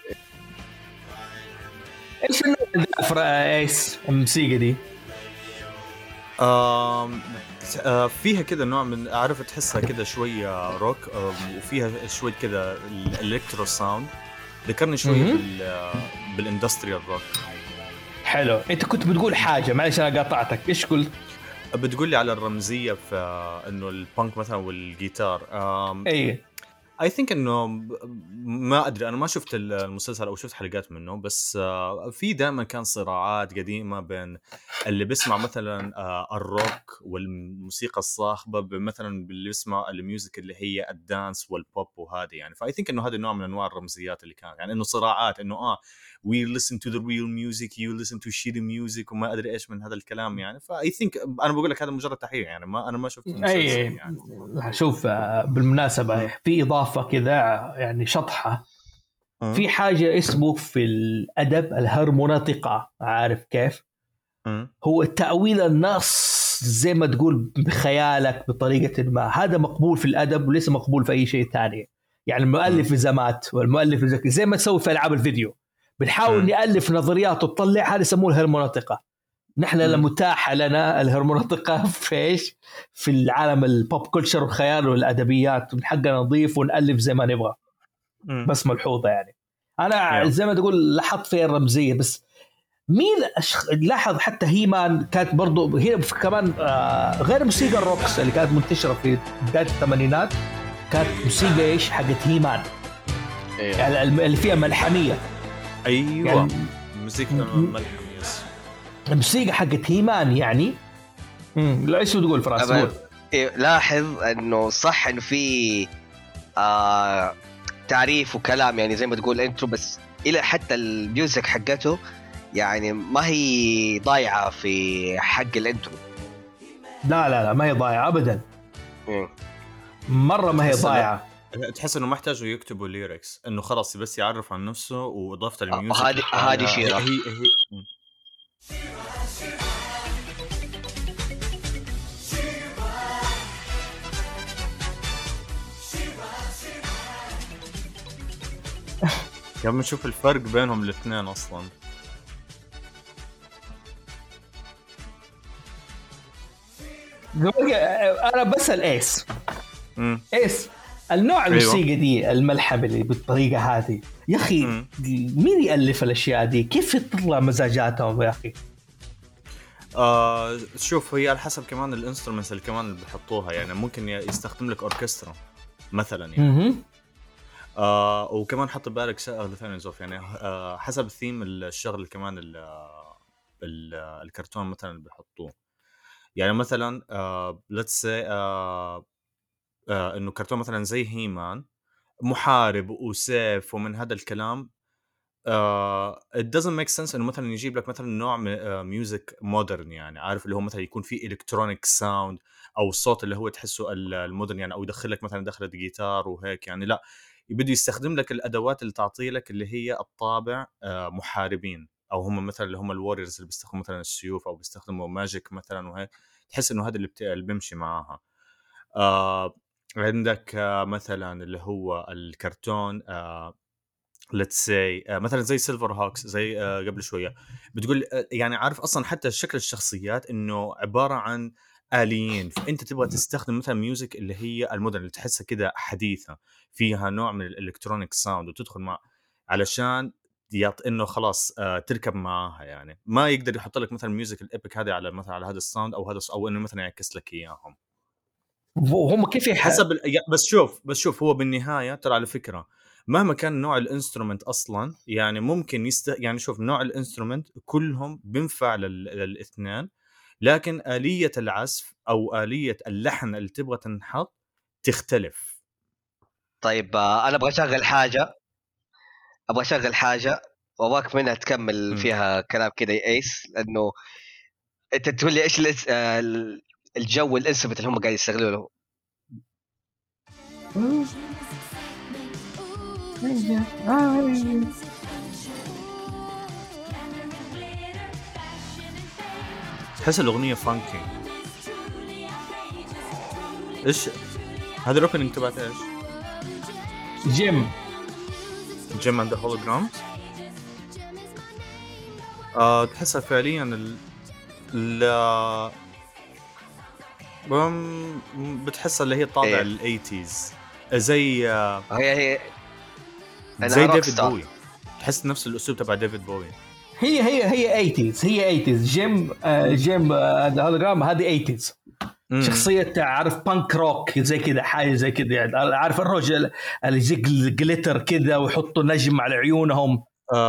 ايش النوع ايس الموسيقى دي؟ آم فيها كده نوع من عارف تحسها كده شويه روك، وفيها شويه كده الالكترو ساوند، ذكرني شويه بال بالاندستريال روك. حلو. انت كنت بتقول حاجه معلش انا قاطعتك، ايش قلت؟ بتقول لي على الرمزيه في انه البانك مثلا والجيتار. ايه اي ثينك انه ما ادري، انا ما شفت المسلسل او شفت حلقات منه، بس في دائما كان صراعات قديمه بين اللي بيسمع مثلا الروك والموسيقى الصاخبه مثلا باللي يسمع الميوزك اللي هي الدانس والبوب وهذه يعني. فاي ثينك انه هذا النوع من انواع الرمزيات اللي كان يعني انه صراعات انه اه we listen to the real music you listen to shitty music وما ادري ايش من هذا الكلام يعني. فاي ثينك انا بقول لك هذا مجرد تحقيق يعني، ما انا ما شفت المسلسل اي يعني. شوف بالمناسبه في اضافه كذا يعني شطحه، في حاجه اسمه في الادب الهرموناتيقه، عارف كيف؟ م. هو تأويل النص زي ما تقول بخيالك بطريقه ما، هذا مقبول في الادب وليس مقبول في اي شيء ثاني. يعني المؤلف إزامات والمؤلف زكي زي ما تسوي في ألعاب الفيديو، بنحاول نألف نظريات وتطلع، هذا يسموه الهرموناتيقا. نحن المتاحة لنا الهرموناتيقا في إيش؟ في العالم البوب كولتشر والخيال والأدبيات، ونحقق نضيف ونألف زي ما نبغى. بس ملحوظة يعني أنا زي ما تقول لاحظت فيها الرمزية. بس مين أشخ... لاحظ حتى هيمان كانت برضو هي كمان آه غير موسيقى الروكس اللي كانت منتشرة في بداية الثمانينات، كانت موسيقى إيش حقت هيمان. أيوة. يعني اللي فيها ملحمية. أيوة يعني موسيقى ملحمية، الموسيقى حقت هيمان يعني. امم لا ايش تقول فراس؟ قول. إيه لاحظ انه صح انه في آه تعريف وكلام يعني زي ما تقول انترو، بس الى حتى الميوزك حقته يعني ما هي ضايعة في حق الانترو. لا لا لا ما هي ضايعة ابدا. مم. مرة ما هي ضايعة. تحس انه ما يحتاجوا يكتبوا ليركس، انه خلاص بس يعرف عن نفسه واضافه الميوزك. هذه هذه شيء هي هي يا بنشوف الفرق بينهم الاثنين اصلا. انا بسأل ايس مم. ايس النوع الموسيقى أيوة. دي الملحمة اللي بالطريقة هذه يا أخي مم. مين يألف الأشياء دي؟ كيف تطلع مزاجاتهم يا أخي؟ آه شوف هي على حسب كمان الانسترومنتس اللي كمان اللي بيحطوها يعني. ممكن يستخدم لك أوركسترا مثلا يعني. مم. آه وكمان حط بالك شغله ثانيه زوف يعني آه حسب الثيم الشغل كمان ال ال الكرتون مثلا اللي بيحطوه يعني. مثلا آه let's say آه آه انه كرتون مثلا زي هيمان محارب وسيف ومن هذا الكلام. آه it doesn't make sense انه مثلا يجيب لك مثلا نوع ميوزك مودرن يعني، عارف اللي هو مثلا يكون فيه الكترونيك ساوند او الصوت اللي هو تحسه المودرن يعني، او يدخل لك مثلا دخلة جيتار وهيك يعني. لا يبدو يستخدم لك الادوات اللي تعطي لك اللي هي الطابع آه محاربين، او هم مثلا اللي هم الواريرز اللي بيستخدموا مثلا السيوف او بيستخدموا ماجيك مثلا وهيك. تحس انه هذا اللي, بت... اللي بيمشي معاها. آه عندك آه مثلا اللي هو الكرتون آه let's say uh, مثلا زي سيلفر هوكس زي uh, قبل شوية بتقول uh, يعني عارف أصلا حتى شكل الشخصيات إنه عبارة عن آليين. فأنت تبغى تستخدم مثلا ميوزك اللي هي المودرن اللي تحسها كده حديثة فيها نوع من الإلكترونيك ساوند وتدخل مع علشان يط... إنه خلاص uh, تركب معاها يعني. ما يقدر يحط لك مثلا ميوزك الإبك هذه على مثلا على هذا الساوند أو هذا أو إنه مثلا يعكس لك إياهم. وهم كيف يح... حسب ال... بس شوف بس شوف هو بالنهاية ترى على فكرة مهما كان نوع الانسترومنت اصلا يعني ممكن يست يعني شوف نوع الانسترومنت كلهم بينفع لل... للاثنين، لكن آلية العزف او آلية اللحن اللي تبغى تنحط تختلف. طيب انا ابغى اشغل حاجة ابغى اشغل حاجة وابغاك منها تكمل فيها م. كلام كده ايس، لانه انت تقول لي ايش لس... الجو الانسترومنت اللي هم قاعد يستغلوا له. تحس الأغنية فانكي. إيش هذا الأوبننج تبعت إيش؟ جيم جيم عند هولوجرام. آه تحسها فعليا ال ال بتحسها اللي هي طابع إيه؟ الأيتيز زي آه هي هي زي ديفيد بوي. تحس نفس الأسلوب تبع ديفيد بوي. هي هي هي أيتيز هي أيتيز جيم آه جيم آه هولوجرام هذه أيتيز. شخصية عارف بانك روك زي كذا حاجة زي كذا يعني عارف الرجل اللي زي جليتر كذا ويحطوا نجم على عيونهم.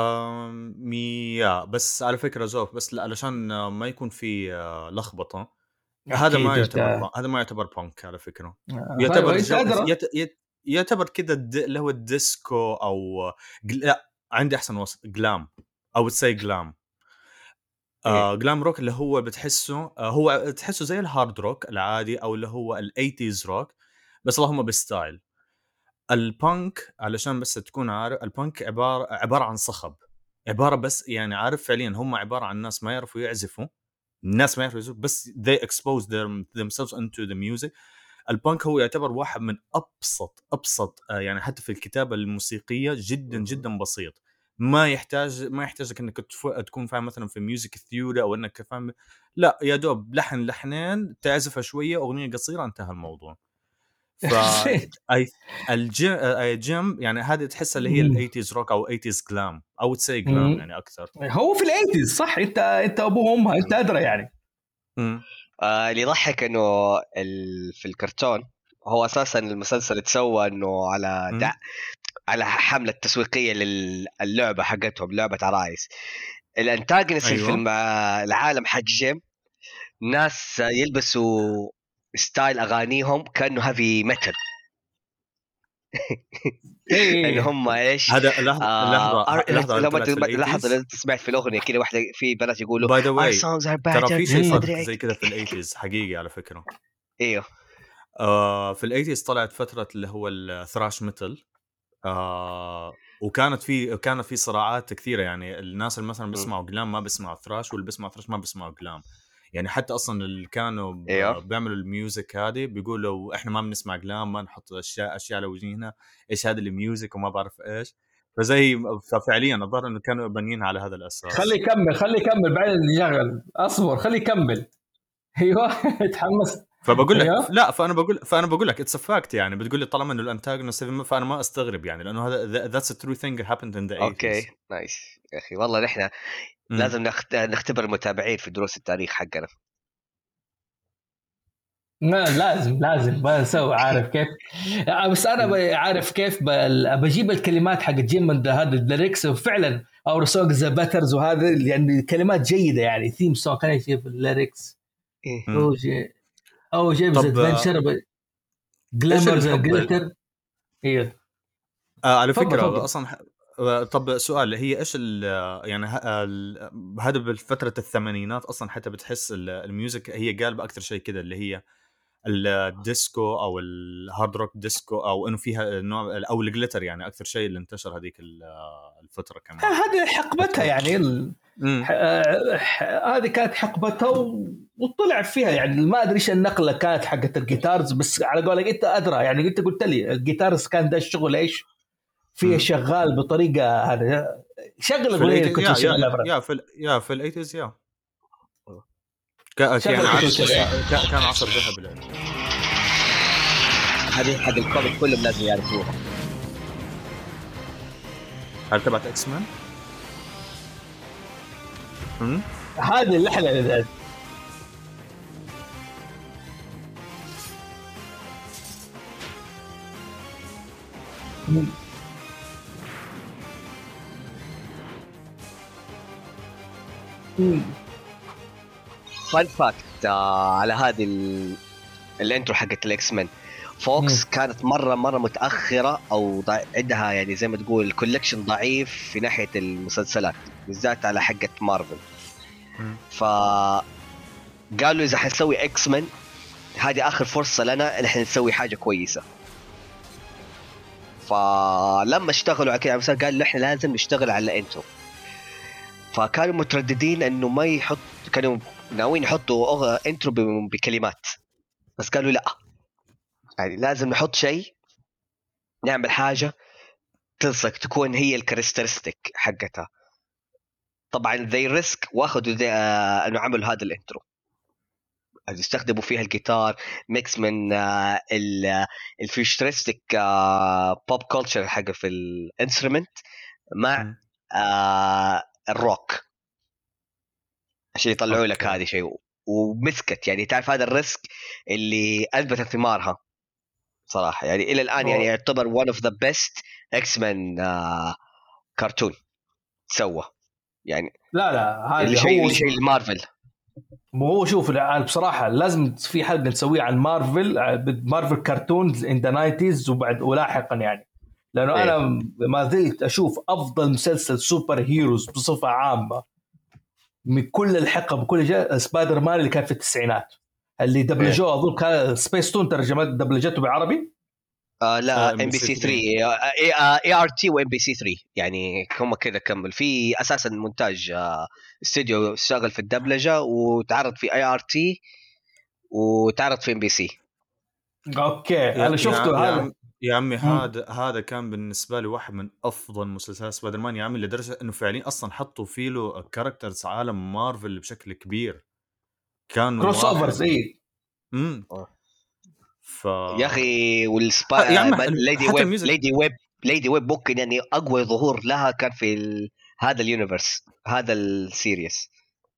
ميا بس على فكرة زوف بس علشان ما يكون في لخبطة هذا ما يعتبر هذا ما يعتبر بانك على فكرة يعتبر يت... يت... يعتبر كذا الد... اللي هو الديسكو أو لا عندي أحسن وصف جلام أو تسي جلام آه، جلام روك اللي هو بتحسه آه، هو تحسه زي الهارد روك العادي أو اللي هو الأيتيز روك بس اللهم بالستايل. البانك علشان بس تكون عارف البانك عبارة عبارة عن صخب عبارة بس يعني عارف فعليا هم عبارة عن ناس ما يعرفوا يعزفوا الناس ما يعرفوا يعزفوا بس they expose them, themselves into the music. البانك هو يعتبر واحد من أبسط أبسط آه، يعني حتى في الكتابة الموسيقية جدا جدا بسيط ما يحتاج ما يحتاجك انك تكون فاهم مثلا في ميوزك ثيوري او انك فاهم لا يا دوب لحن لحنين تعزفها شويه اغنيه قصيره انتهى الموضوع. ف اي الجيم يعني هذه تحس اللي هي الثمانينات روك او ثمانينات جلام او تسي جلام يعني اكثر هو في الثمانينات صح انت انت ابوه وامها انت ادرى يعني. امم آه اللي يضحك انه ال... في الكرتون هو اساسا المسلسل اتسوى انه على دع... على حمله تسويقيه للعبه حقتهم لعبه عرايس. الانتاجنس أيوة. في الم... العالم حق جيم ناس يلبسوا ستايل اغانيهم كانه هافي ميتال اللي هم ايش هذا لحظه آه لحظه لحظه لحظه لازم تسمع في الاغنيه كذا واحده في بنات يقولوا our songs are better ترى في شيء صدق زي كذا في الثمانينات حقيقي على فكره. ايوه آه في الثمانينات طلعت فتره اللي هو الثراش ميتال آه وكانت في كانت في صراعات كثيره يعني الناس اللي مثلا بيسمعوا جلام ما بيسمعوا ثراش واللي بيسمعوا ثراش ما بيسمعوا جلام يعني حتى اصلا اللي كانوا أيوه. بيعملوا الميوزك هذه بيقولوا احنا ما بنسمع جلام ما نحط اشياء اشياء على وجهنا ايش هذا الميوزك وما بعرف ايش فزي ففعليا الظاهر انه كانوا بنيين على هذا الاساس. خلي يكمل خلي يكمل بعدين يشغل اصبر خلي يكمل. ايوه تحمست فبقول لك أيوة. لا فانا بقول فانا بقول لك اتس فاكت يعني بتقول لي طالما انه الانتاجونست فانا ما استغرب يعني لانه هذا ذاتس ا ترو ثينج هابند ان ذا ثمانينات. اوكي نايس يا اخي والله نحن لازم نخت... نختبر المتابعين في دروس التاريخ حقنا. ما لازم لازم بسوي عارف كيف بس انا عارف كيف بجيب الكلمات حق جيم من هذا الليركس وفعلا او سونج ذا باترز وهذا يعني كلمات جيده يعني ثيم سونج خلينا نشوف الليركس او جي او جيمس ادفنشر جلامرز جليتر. ايوه آه على فكره فضل فضل. اصلا طب سؤال هي ايش يعني هذا بالفتره الثمانينات اصلا حتى بتحس الميوزك هي قالبه اكثر شيء كذا اللي هي الديسكو او الهارد روك ديسكو او انه فيها نوع او الجليتر يعني اكثر شيء اللي انتشر هذيك الفتره كمان هذه حقبتها يعني ال... هذه كانت حقبتها وطلع فيها يعني ما ادري ايش النقله كانت حقت الجيتارز بس على قولك انت ادرى يعني انت قلت لي الجيتارز كان ده الشغل ايش فيه شغال بطريقه هذا شغل اغنيه كنت شغال يا في يا في الثمانينات يا كان كان عصر ذهبي لأنه هذه حق الكوميك كلهم لازم يعرفوها. هل تبعت اكس مان؟ امم هذه اللحظه اللي امم فان فاكت على هذه ال... الانترو حقت الاكس مان فوكس مم. كانت مره مره متاخره او ضع... عندها يعني زي ما تقول كولكشن ضعيف في ناحيه المسلسلات بالذات على حقه مارفل. ف قالوا اذا حنسوي اكس مان هذه اخر فرصه لنا ان احنا نسوي حاجه كويسه. فلما اشتغلوا على كده مثلا قالوا احنا لازم نشتغل على الانترو فكانوا مترددين انه ما يحط كانوا ناويين يحطوا انترو بكلمات بس قالوا لا يعني لازم نحط شيء نعمل حاجة تلصق تكون هي الكاركترستيك حقتها. طبعا ذي ريسك واخدوا ذي آه انه عملوا هذا الانترو يستخدموا فيها الجيتار ميكس من آه الفيوتشرستيك آه بوب كولتشر حقه في الانسترومنت مع آه الروك عشان يطلعوا لك هذه شيء ومسكت يعني تعرف هذا الريسك اللي اثبتت ثمارها صراحه يعني الى الان يعني يعتبر one of the best X-Men آه كرتون سوى يعني لا لا هذا الشيء هو الشيء المارفل. مو هو شوف بصراحه لازم في حلقه نسويها عن مارفل مارفل كرتونز ان ذا ناينتيز وبعد ولاحقا يعني لانه إيه. انا ما زلت اشوف افضل مسلسل سوبر هيروز بصفه عامه من كل الحقب بكل شيء سبايدر مان اللي كان في التسعينات اللي دبلجوه اظن كان سبيس تون ترجمت دبلجته بالعربي. آه لا آه، ام بي سي ثري اي ار تي وام بي سي ثري يعني هم كذا كمل في اساسا مونتاج آه استوديو شغل في الدبلجه وتعرض في اي ار تي وتعرض في ام بي سي. اوكي يا انا شفته يا, هذا عم يا عمي مم. هذا هذا كان بالنسبه لي واحد من افضل مسلسلات سبايدر مان يا عمي لدرجه انه فعليا اصلا حطوا فيه له كاركترز عالم مارفل بشكل كبير كان كروس واحد اوفرز اي امم ف... ف يا اخي ح- والسبا يا عم ليدي حتى ويب الميوزك ليدي ويب ليدي ويب ممكن يعني اقوى ظهور لها كان في ال... هذا اليونيفرس هذا السيريس.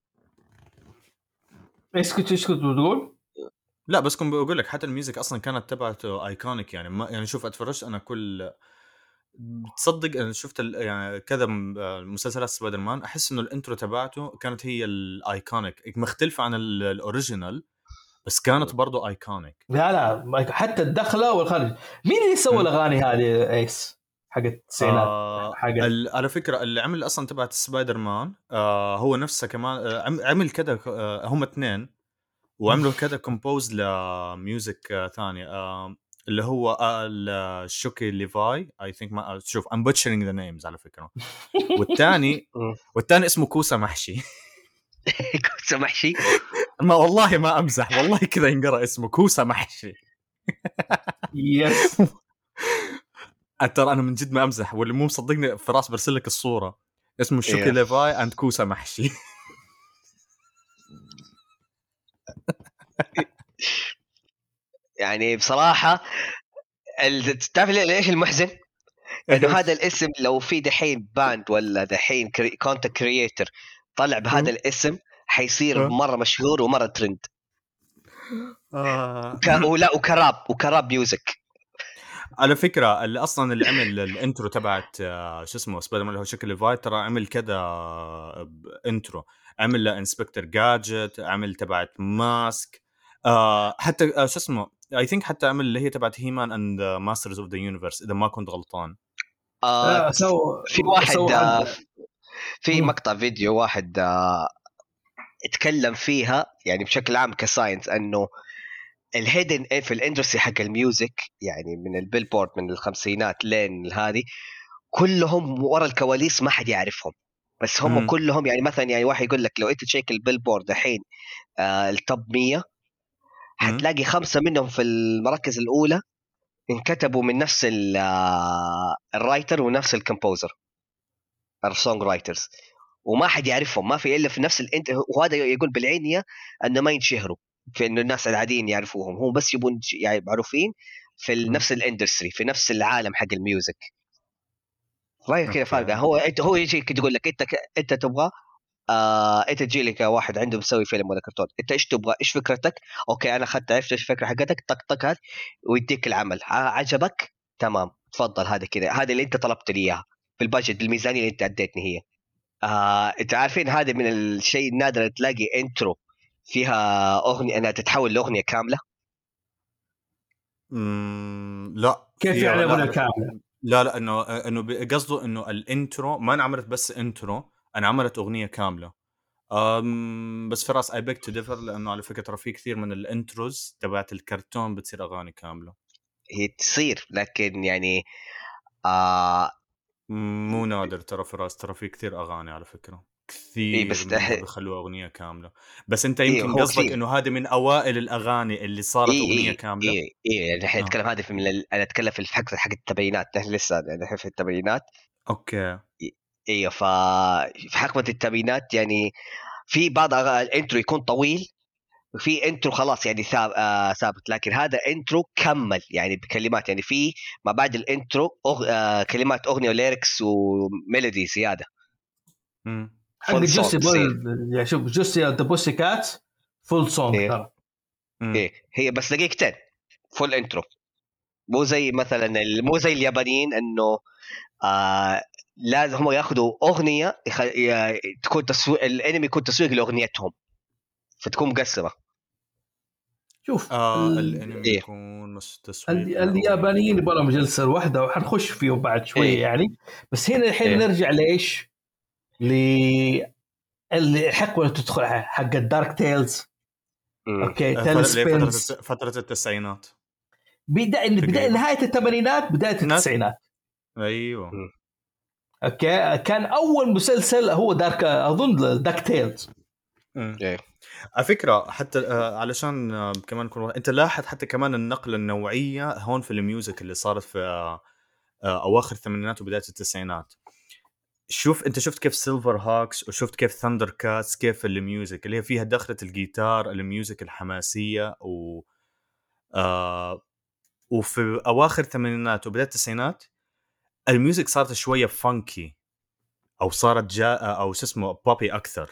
ايش كنت ايش كنت بتقول؟ لا بس كنت بقول لك حتى الميوزك اصلا كانت تبعته ايكونيك يعني ما يعني شوف اتفرجت انا كل تصدق انا شفت ال... يعني كذا م- مسلسلات سبايدر مان احس انه الانترو تبعته كانت هي الايكونيك مختلفه عن ال- الاوريجينال بس كانت برضو ايكونيك. لا لا حتى الدخله والخارج. مين اللي سوى م. الاغاني هذه ايس حق التسعينات آه حق ال- على فكره اللي عمل اصلا تبعت سبايدر مان آه هو نفسه كمان آه عم- عمل كذا آه هم اثنين وعملوا كذا كومبوز لميوزك آه ثانيه آه اللي هو آه الشوكي ليفاي اي ثينك ما شوف I'm butchering the names على فكره والثاني والثاني اسمه كوسا محشي. كوسا محشي ما والله ما امزح والله كذا ينقرا اسمه كوسا محشي. يس ترى انا من جد ما امزح واللي مو مصدقني فراس برسل لك الصوره اسمه شوكي إيه. ليفاي اند كوسا محشي. يعني بصراحه ال- تعرف ليش المحزن انه هذا الاسم لو في دحين باند ولا دحين كونتنت كرييتر طلع بهذا الاسم حيصير مره مشهور ومره ترند وك... ولا وكراب وكراب ميوزك. على فكره اللي اصلا اللي عمل الانترو تبعت شو اسمه سبايدر مان اللي هو شكل ليفاي ترى عمل كذا انترو عمل لانسبكتور جادجت عمل تبعت ماسك آه حتى آه شو اسمه اي ثينك حتى عمل اللي هي تبعت هيمان اند ماسترز اوف ذا يونيفرس اذا ما كنت غلطان. آه سو في واحد سو آه في مم. مقطع فيديو واحد آه اتكلم فيها يعني بشكل عام كساينس انه الهيدن في الاندستري حق الميوزك يعني من البيلبورد من الخمسينات لين هذه كلهم ورا الكواليس ما حد يعرفهم بس هم مم. كلهم يعني مثلا يعني واحد يقول لك لو انت تشيك البيلبورد الحين آه التوب مية حتلاقي خمسة منهم في المراكز الأولى انكتبوا من نفس الرايتر ونفس الكمبوزر السونج رايترز وما حد يعرفهم ما في إلا في نفس الانت وهذا يقول بالعينية أنه ما ينشهروا في أنه الناس العاديين يعرفوهم هم بس يبون يعني معروفين في نفس الاندستري في نفس العالم حق الميوزك. رايك كذا فارقة هو انت هو يجي تقول لك انت انت تبغى آه، انت تجي لك واحد عنده مسوي فيلم ولا كرتون انت ايش تبغى ايش فكرتك اوكي انا اخذت عرفت ايش الفكره حقتك طق طق هذا ويديك العمل عجبك تمام تفضل هذا كذا هذا اللي انت طلبت لي اياه بالبادجت بالميزانيه اللي انت اديتني هي. آه، انت عارفين هذا من الشيء النادر تلاقي انترو فيها اغنيه انها تتحول لاغنيه كامله. مم. لا كيف يعني اغنيه كامله؟ لا لا انه انه قصده انه الانترو ما انعملت بس انترو انا عملت اغنيه كامله. أم بس فراس اي بيك تو ديفر لانه على فكره ترى في كثير من الانتروز تبعت الكرتون بتصير اغاني كامله. هي تصير لكن يعني آه مو نادر ترى فراس ترى في كثير اغاني على فكره كثير إيه بس منها تح... بيخلوها اغنيه كامله بس انت إيه يمكن هو قصدك كثير. انه هذه من اوائل الاغاني اللي صارت إيه اغنيه إيه كامله. إيه إيه يعني احنا آه. نتكلم هذه في من ال... انا اتكلم في الحق حق التبيينات نحن لسه نحن في التبيينات. اوكي ايوه ففي حقبه التبيينات يعني في بعض الانترو يكون طويل وفي انترو خلاص يعني ثابت آه ثابت لكن هذا انترو كمل يعني بكلمات يعني في ما بعد الانترو أغ... آه كلمات اغنيه وليركس وميلودي زياده امم حق جوسي بول يعني شوف جوسي ذا بوسي كات فول سونج إيه. ترى. ايه هي بس دقيقتين فول انترو، مو زي مثلا ال- مو زي اليابانيين انه آه لازم هم ياخذوا اغنيه يخ... ي... تكون تسويق الانمي يكون تسويق لاغنيتهم فتكون مقسمه. شوف آه ال... الانمي إيه. يكون مش تسويق ال... لأغنية. اليابانيين يبغى جلسه واحده وحنخش فيه بعد شويه إيه. يعني. بس هنا الحين إيه. نرجع ليش ل اللي حقبه تدخل حق الدارك تيلز. مم. اوكي آه، تيل فترة ليه فترة سبينز الت- فترة التسعينات بدا بدا تقريباً. نهايه الثمانينات بدايه ناس- التسعينات. ايوه مم. اوكي كان اول مسلسل هو دارك اظن دارك تيلز. مم. إيه. على فكرة حتى آه، علشان آه، كمان نكون انت لاحظ حتى كمان النقلة النوعية هون في الميوزك اللي صارت في آه، آه، اواخر الثمانينات وبداية التسعينات. شوف انت شفت كيف سيلفر هاكس وشفت كيف ثاندر كاتس، كيف الميوزك اللي هي فيها دخلة الجيتار، الميوزك الحماسية و آه وفي اواخر الثمانينات وبداية التسعينات الميوزك صارت شوية فانكي او صارت جاء او شو اسمه بوبي اكثر.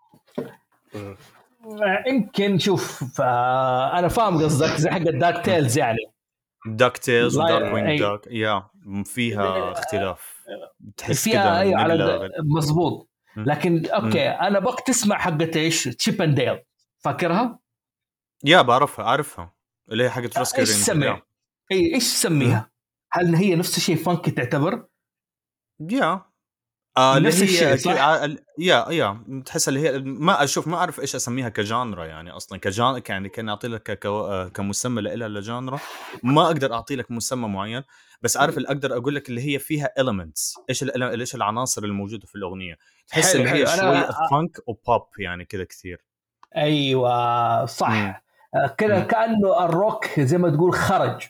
مم. يمكن شوف آه، انا فاهم قصدك زي حق الدارك تيلز يعني. داك تيلز لا- ودارك وينج أي. دارك يا فيها اختلاف تحس فيها كده اي على نقلة د- غير. مزبوط. م. لكن اوكي انا بق تسمع حقت ايش تشيب اند ديل فاكرها؟ يا بعرفها اعرفها اللي هي حقت فراسكي ايش رينجر تسمي؟ يا اي ايش تسميها؟ هل هي نفس الشيء فانكي تعتبر؟ يا آه اللي نفس الشيء هي صح؟ ك- ع- ال- يا يا تحس اللي هي ما اشوف ما اعرف ايش اسميها كجانرا يعني اصلا كجان يعني كان اعطي لك ك- ك- كمسمى لها لجانرا ما اقدر اعطي لك مسمى معين. بس عارف اللي اقدر اقول لك اللي هي فيها elements ايش ال- ايش العناصر الموجوده في الاغنيه تحس حلو اللي هي حلو شويه انا فانك وبوب يعني كذا كثير. ايوه صح. مم. آه، كذا مم. كانه الروك زي ما تقول خرج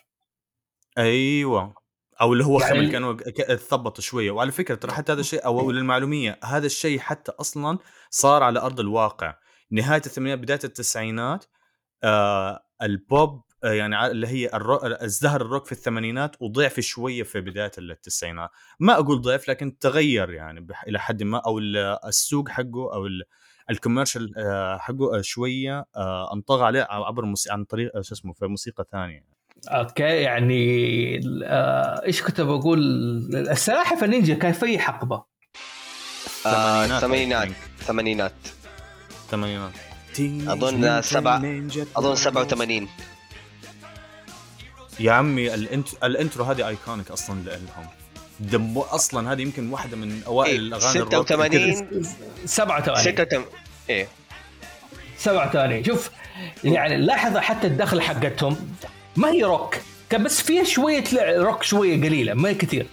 ايوه او اللي هو يعني خمل ال- كانوا ثبطوا شويه. وعلى فكره ترى حتى هذا الشيء او للمعلوميه هذا الشيء حتى اصلا صار على ارض الواقع نهايه الثمانينات بدايه التسعينات. آه البوب آه يعني ع- اللي هي الرو... ازدهر الروك في الثمانينات وضعف شويه في بدايه التسعينات. ما اقول ضعف لكن تغير يعني بح... الى حد ما او ال- السوق حقه او ال... الكوميرشال آه حقه آه شويه آه انطغى عليه عبر الموسيقى عن طريق آه شو اسمه في موسيقى ثانيه. اوكي يعني آه، ايش كنت بقول السلاحف النينجا كان في حقبه آه، الثمانينات ثمانينات ثمانينات الثمانينات اظن سبعة اظن سبعة وثمانين. يا عمي الانت... الانترو هذه ايكونيك اصلا لهم دم اصلا هذه يمكن واحده من اوائل إيه. الاغاني ستة وثمانين سبعة وثمانين ستة وثمانين ايه سبعة وثمانين. شوف يعني لاحظ حتى الدخل حقتهم ما هي روك كان بس فيها شويه روك شويه قليله ما هي كثير.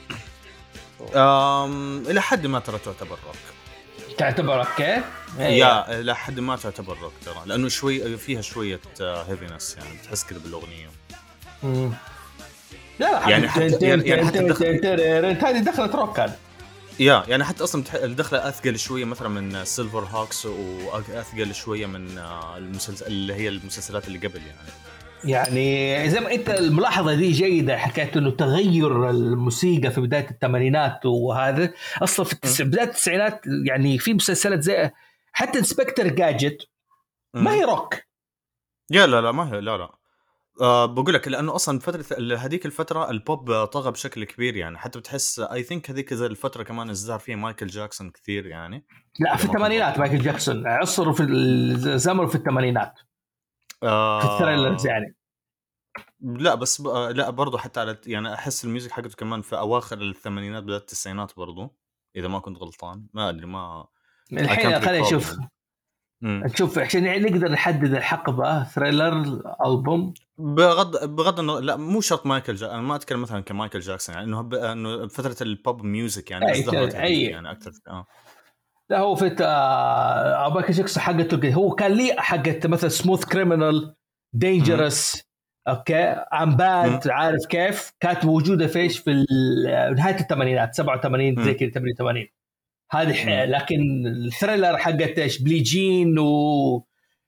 أم... الى حد ما ترى تعتبر روك. تعتبر اوكي يا الى حد ما تعتبر روك ترى لانه شوي فيها شويه هيفينس يعني بتحس كذا بالاغنيه. مم. لا يعني حتى يعني, يعني حتى الدخل... هذه دخلت روك كان يا يعني حتى اصلا بتح... الدخله اثقل شويه مثلا من سيلفر هوكس واثقل شويه من المسلسل اللي هي المسلسلات اللي قبل يعني. يعني زي ما انت الملاحظه دي جيده حكايه انه تغير الموسيقى في بدايه الثمانينات وهذا اصلا في التس... بدايه التسعينات يعني في مسلسلات زي حتى انسبكتر جاجت ما هي روك. يا لا لا ما هي لا لا أه بقول لك لانه اصلا فتره هذيك الفتره البوب طغى بشكل كبير يعني حتى بتحس اي ثينك هذيك زي الفتره كمان ازدهر فيها مايكل جاكسون كثير يعني. لا في الثمانينات مايكل جاكسون عصروا في الزمن في الثمانينات أه في الثريلرز يعني. لا بس ب... لا برضو حتى على يعني احس الميوزك حقته كمان في اواخر الثمانينات بدايه التسعينات برضو اذا ما كنت غلطان ما ادري ما الحين خلينا نشوف مم. نشوف عشان نقدر نحدد الحقبه ثريلر البوم بغض بغض النظر لا مو شرط مايكل جاكسون انا ما اتكلم مثلا كمايكل جاكسون يعني انه ب... انه فتره البوب ميوزك يعني ازدهرت أي... يعني اكثر اه لا هو في آه... مايكل جاكسون حقته هو كان لي حقت مثلا سموث كريمنال دينجرس اوكي ام باد عارف كيف كانت موجوده فيش في نهايه الثمانينات سبعة وثمانين زي كذا ثمانية وثمانين هذه. لكن الثريلر حقت ايش بلي جين و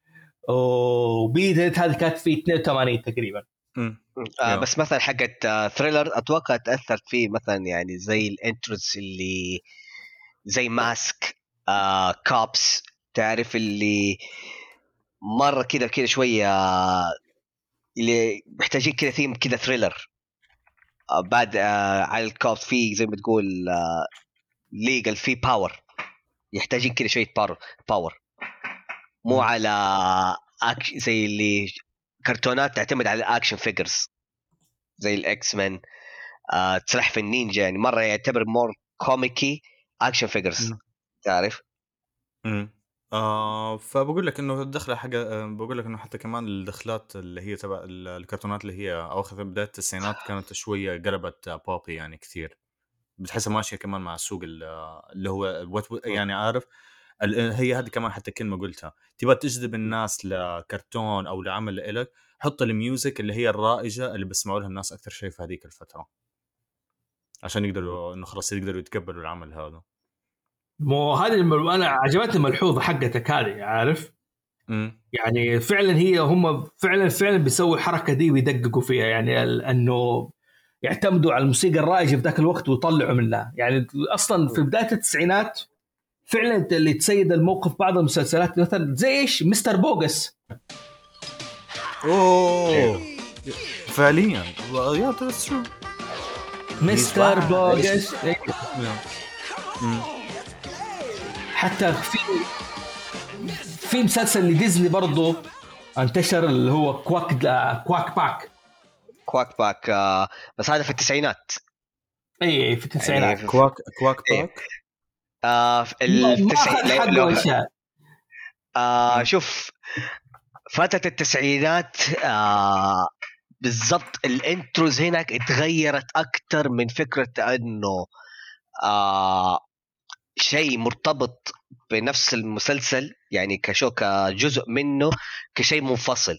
وبيدت هذه كانت في اثنين وثمانين تقريبا. آه بس مثلا حقت آه ثريلر اتوقع تاثر فيه مثلا يعني زي الانترس اللي زي ماسك آه كابس تعرف اللي مره كذا كذا شويه اللي محتاجين كذا ثيم كذا ثريلر. آه بعد آه على الكوب في زي ما تقول آه ليجل في باور، يحتاجين كذا شويه باور باور مو م. على أكش زي اللي كرتونات تعتمد على الاكشن فيجرز زي الاكس مان، آه سلاحف النينجا، يعني مره يعتبر مور كوميكي اكشن فيجرز م. تعرف. امم آه فبقول لك انه الدخله حاجه، آه، بقول لك انه حتى كمان الدخلات اللي هي تبع ال- الكرتونات اللي هي اواخر بدايه التسعينات كانت شويه قلبت آه، بوبي يعني كثير، بتحسها ماشيه كمان مع السوق ال- آه، اللي هو what- يعني عارف ال- هي هذه كمان حتى كلمه قلتها، تبغى تجذب الناس لكرتون او لعمل لإلك، حط الميوزك اللي هي الرائجه اللي بيسمعوا لها الناس اكثر شيء في هذيك الفتره عشان يقدروا انه خلاص يقدروا يتقبلوا العمل هذا. مو هذه الم... انا عجبتني الملحوظه حقتك هذه، عارف امم يعني فعلا هي هم فعلا فعلا بيسووا الحركه دي ويدققوا فيها، يعني ال- انه يعتمدوا على الموسيقى الرائجه في ذاك الوقت ويطلعوا منها. يعني اصلا في بدايه التسعينات فعلا اللي تسيد الموقف بعض المسلسلات مثلا زي ايش مستر بوغس. اوه فعليا يا ذاتس ترو مستر wild. بوغس. امم حتى في في مسلسل لديزني برضه انتشر اللي هو كواك كواك باك. كواك باك آه بس هذا في التسعينات. اي في التسعينات يعني في- كواك كواك إيه. باك آه في ما ما التسعين اخذ لو, حقه لو اشياء. آه مم. شوف فترة التسعينات آه بالضبط الانتروز هناك اتغيرت اكتر من فكرة انه آه شيء مرتبط بنفس المسلسل يعني كشو كجزء منه كشيء منفصل.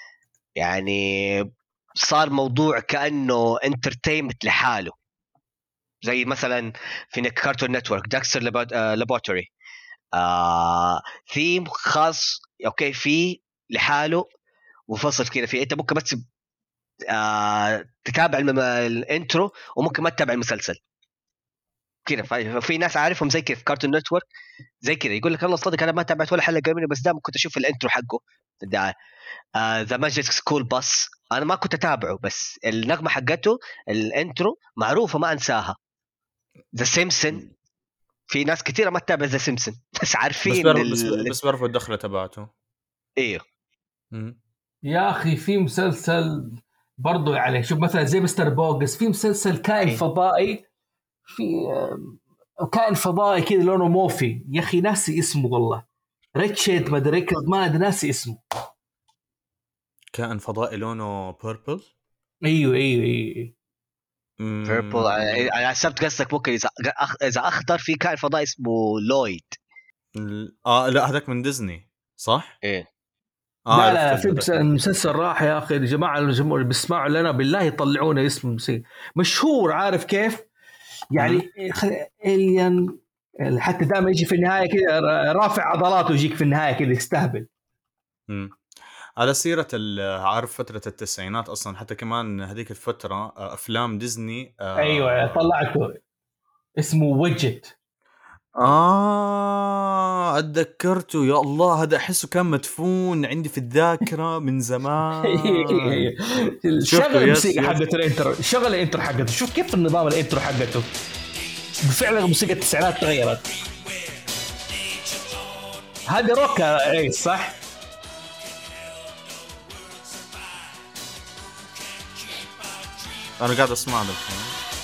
يعني صار موضوع كأنه انترتينمنت لحاله، زي مثلا في كارتون نتورك داكستر لابوراتوري آه ثيم خاص اوكي فيه لحاله منفصل كذا فيه، انت ممكن بس آه تتابع الم- الانترو وممكن ما تتابع المسلسل كذا. ففي ناس عارفهم زي كذا في كارتون نتورك زي كذا يقول لك الله صدق انا ما تابعت ولا حلقه منه بس دائما كنت اشوف الانترو حقه في الدعايه. ذا ماجيك سكول باص انا ما كنت اتابعه بس النغمه حقته الانترو معروفه ما انساها. ذا سيمسون في ناس كثيره ما تتابع ذا سيمسون بس عارفين بس بيعرف بس, ال... بس بيعرفوا الدخله تبعته. ايوه مم. يا اخي في مسلسل برضه يعني شوف مثلا زي مستر بوغس، في مسلسل كائن إيه. فضائي، في آه، كائن فضائي كذا لونه موفي، يا اخي ناسي اسمه والله، ريتشارد ما ادري ما ادري ناسي اسمه. كائن فضائي لونه بيربل. ايوه ايوه ايوه بيربل انا حسبت قصدك ممكن اذا أخ... اذا اخضر في كائن فضائي اسمه لويد. اه لا هذاك من ديزني صح؟ ايه اه لا عرفت لا لا في هذاك. مس- مسلسل راح يا اخي، الجماعه الجمهور اللي بيسمعوا لنا بالله يطلعونا اسم الموسيقى مشهور، عارف كيف يعني الين حتى دائما يجي في النهايه كذا رافع عضلاته يجيك في النهايه كذا يستهبل. امم على سيرة ال- عارف فترة التسعينات أصلا حتى كمان هذيك الفترة آه، أفلام ديزني آه ايوه طلعته اسمه ويدجت. آه أتذكرته يا الله، هذا أحسه كان مدفون عندي في الذاكرة من زمان. شغل الموسيقى يس، يس. حقته الانترو، شغل الانترو حقته، شوف كيف النظام الانترو حقته فعلا موسيقى التسعينات تغيرت. هذا روكا اي صح. أنا قاعد أسمع له الحين.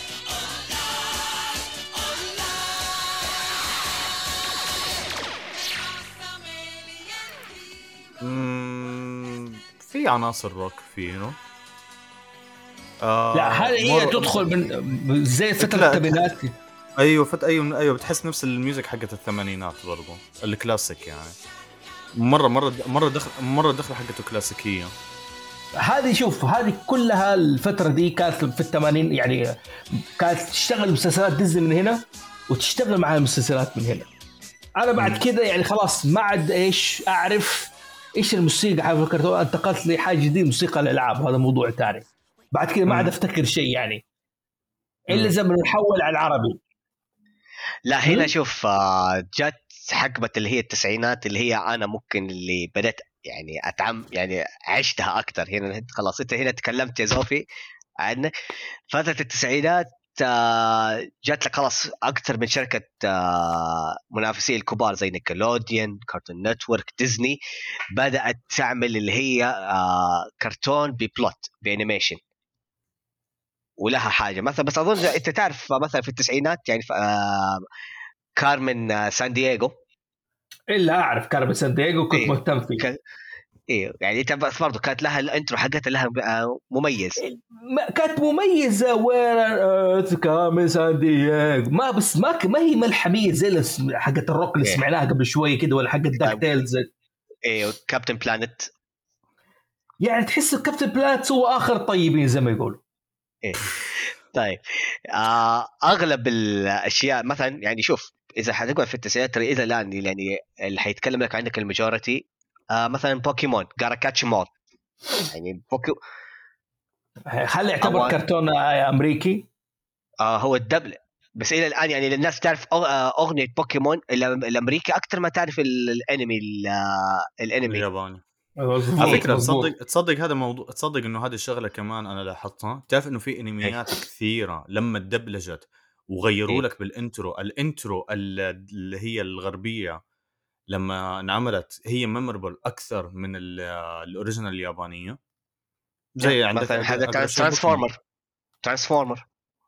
مم، في عناصر روك فيه نو آه لا هذه هي مر... تدخل من زي فترة لا، الثمانينات. ايوه فت ايوه ايوه بتحس نفس الميوزك حقت الثمانينات برضو الكلاسيك يعني مره مره مره دخل مره دخل حقته كلاسيكيه. هذه شوف هذه كلها الفترة دي كانت في الثمانين، يعني كانت تشتغل مسلسلات ديزني من هنا وتشتغل مع المسلسلات من هنا. أنا بعد كذا يعني خلاص ما عاد إيش أعرف إيش الموسيقى حق الكرتون، انتقلت لي حاجة جديدة موسيقى الألعاب، هذا موضوع تاني. بعد كذا ما عاد أفتكر شيء يعني إلا زمن نحول على العربي. لا هنا شوف آه، جت حقبة اللي هي التسعينات اللي هي أنا ممكن اللي بدأت يعني اتعم يعني عشتها اكثر هنا. خلاص انت هنا تكلمت يا زوفي عنه. فتره التسعينات آه، جات لك خلاص اكثر من شركه آه، منافسين الكبار زي نيكلوديان، كارتون نتورك، ديزني، بدات تعمل اللي هي آه، كرتون ببلوت بانيميشن ولها حاجه مثلا. بس اظن انت تعرف مثلا في التسعينات يعني آه، كارمن آه، سان دييغو. الا اعرف كارمن سان دييغو كنت ايوه مهتم فيه. ك... ايوه يعني انت بس برضه كانت لها الانترو حقتها لها آه، مميز. ما كانت مميزه وين كارمن سان دييغو ما بس ما ك... ما هي ملحميه زي اللي حقت الروك اللي إيه. سمعناها قبل شويه كده ولا حقت داك تيلز. ايوه كابتن بلانت. يعني تحس الكابتن بلانت هو اخر طيبين زي ما يقولوا. إيه. طيب آه اغلب الاشياء مثلا يعني شوف اذا حتقول في التسعينات ترى اذا الان يعني اللي حيتكلم لك عندك الماجورتي آه مثلا بوكيمون جارا كاتش مول يعني بوكي هل يعتبر أو كرتون امريكي؟ آه هو الدبل. بس الى الان يعني الناس تعرف أغ- آه، اغنيه بوكيمون الأم- الامريكي اكثر ما تعرف ال- الانمي ال- آه، الانمي. الياباني. على مظبوط فكره مظبوط. تصدق تصدق هذا موضوع، تصدق انه هذه الشغله كمان انا لاحظتها. تعرف انه في انميات كثيره لما دبلجت وغيروا إيه. لك بالانترو، الانترو ال- اللي هي الغربيه لما انعملت هي ميموربل اكثر من ال- الاوريجينال اليابانيه. زي عندك مثلا أق- هذا اقرب كان شيء بوكيمون. ترانسفورمر. ترانسفورمر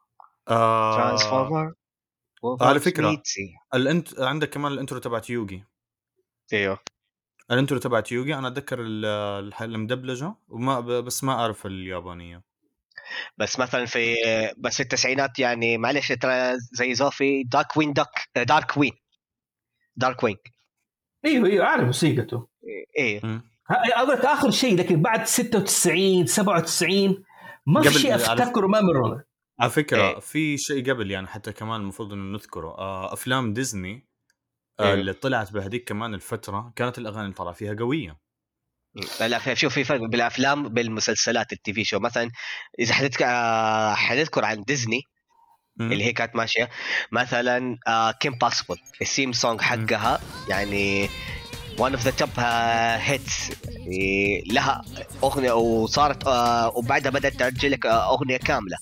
آه... ترانسفورمر على وفورس فكره ميتسي. الانت عندك كمان الانترو تبعت يوغي. ايوه الانترو تبعت يوغي انا اتذكر ال- الح- المدبلجه وما ب- بس ما اعرف اليابانيه. بس مثلا في بس في التسعينات يعني معلش ترى زي زوفي دارك وين دك دارك وين دارك وين. ايوه ايوه اعرف موسيقته. ايه مم. اقول لك اخر شيء، لكن بعد ستة وتسعين سبعة وتسعين ما في قبل- شيء على- افتكره ميموري. على فكره إيه. في شيء قبل يعني حتى كمان المفروض انه نذكره. آه افلام ديزني آه إيه. اللي طلعت بهذيك كمان الفتره كانت الاغاني اللي طلع فيها قويه. لا في- شوف في فرق بالافلام بالمسلسلات التي في شو. مثلا اذا حدث آه، حنذكر عن ديزني مم. اللي هي كانت ماشيه مثلا كيم باسبل السيم سونج حقها يعني one of the top uh, hits لها أغنية وصارت uh, وبعدها بدأت ترجع لك uh, أغنية كاملة.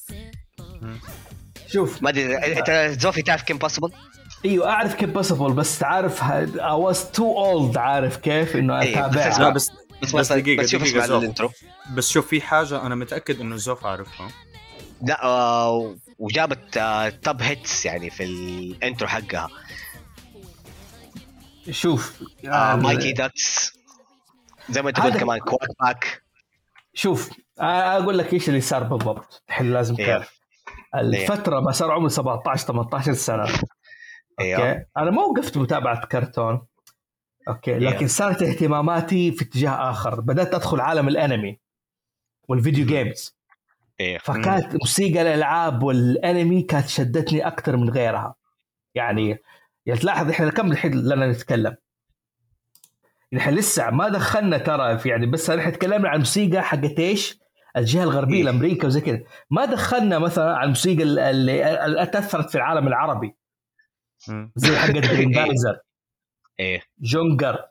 شوف ما أدري أنت زوفي تعرف كيم باسبل؟ ايوه اعرف كيف باسبل، بس عارف I was too old عارف كيف انه أيه بس اتابعها. لا بس بس, بس دقيقه بس شوف دقيقه اسمع زوف. الانترو. بس شوف في حاجه انا متاكد انه زوف عارفها. لا uh, وجابت توب uh, هيتس يعني في الانترو حقها. شوف مايتي داتس زي ما تقول كمان كواك باك. شوف اقول لك ايش اللي صار بالضبط الحين لازم تعرف. الفتره ما صار عمري سبعة عشر ثمانية عشر سنه اوكي انا ما وقفت متابعه كرتون اوكي لكن صارت اهتماماتي في اتجاه اخر، بدات ادخل عالم الانمي والفيديو جيمز. فكانت موسيقى الالعاب والانمي كانت شدتني اكثر من غيرها. يعني يعني تلاحظ احنا كم الحين لنا نتكلم نحن لسه ما دخلنا ترى في يعني بس نحن تكلمنا عن موسيقى حقت ايش الجهه الغربيه إيه؟ الامريكا وزي كذا. ما دخلنا مثلا عن الموسيقى اللي, اللي اثرت في العالم العربي زي حقت جريندايزر ايه جونجر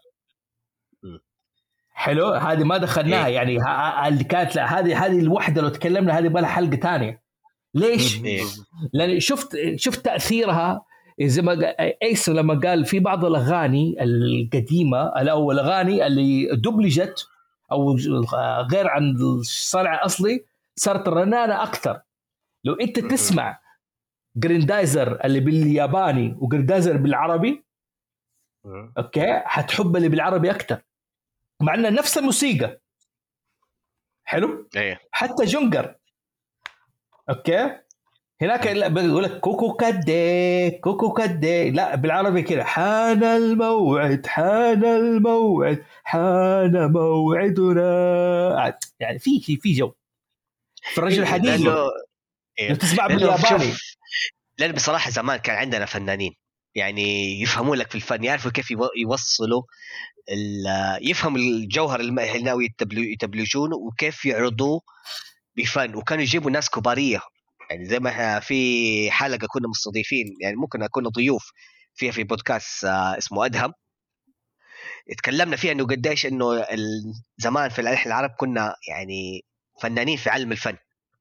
حلو. هذه ما دخلناها إيه؟ يعني اللي كانت هذه هذه الوحده لو تكلمنا هذه بقى حلقه ثانيه. ليش؟ إيه؟ لان شفت شفت تاثيرها زي ما ايس لما قال في بعض الاغاني القديمه او الاغاني اللي دبلجت او غير عن الصنع الاصلي صارت رنانه اكثر. لو انت تسمع جريندايزر اللي بالياباني وجريندايزر بالعربي اوكي حتحب اللي بالعربي اكثر مع انه نفس الموسيقى حلو. حتى جونجر اوكي هناك بيقول لك كوكو كدي كوكو كدي لا بالعربي كده حان الموعد حان الموعد حان موعدنا. يعني في في في جو في الرجل الحديد لو إيه. تسمع بالياباني. لأن بصراحة زمان كان عندنا فنانين يعني يفهمون لك في الفن، يعرفوا كيف يوصلوا يفهم الجوهر اللي ناوي يتبلجونه وكيف يعرضوه بفن. وكانوا يجيبوا ناس كبارية يعني زي ما في حلقة كنا مستضيفين يعني ممكن أكون ضيوف فيها في بودكاست اسمه أدهم. تكلمنا فيها انه قديش انه زمان في العرب كنا يعني فنانين في علم الفن،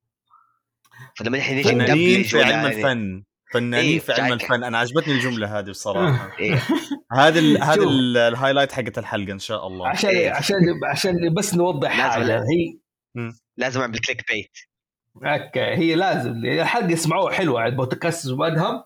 فلما نحن نيجي فنانين ندبلج في علم يعني الفن فنانين إيه في علم الفن. انا عجبتني الجمله هذه بصراحه. إيه. هذا ال... هذا ال- الهايلايت حقت الحلقه ان شاء الله. عشان إيه. عشان عشان بس نوضح حاجه، هي م. لازم اعمل كليك بيت. اوكي هي لازم الحلقه يسمعوها حلوه عند بودكاست وادهم.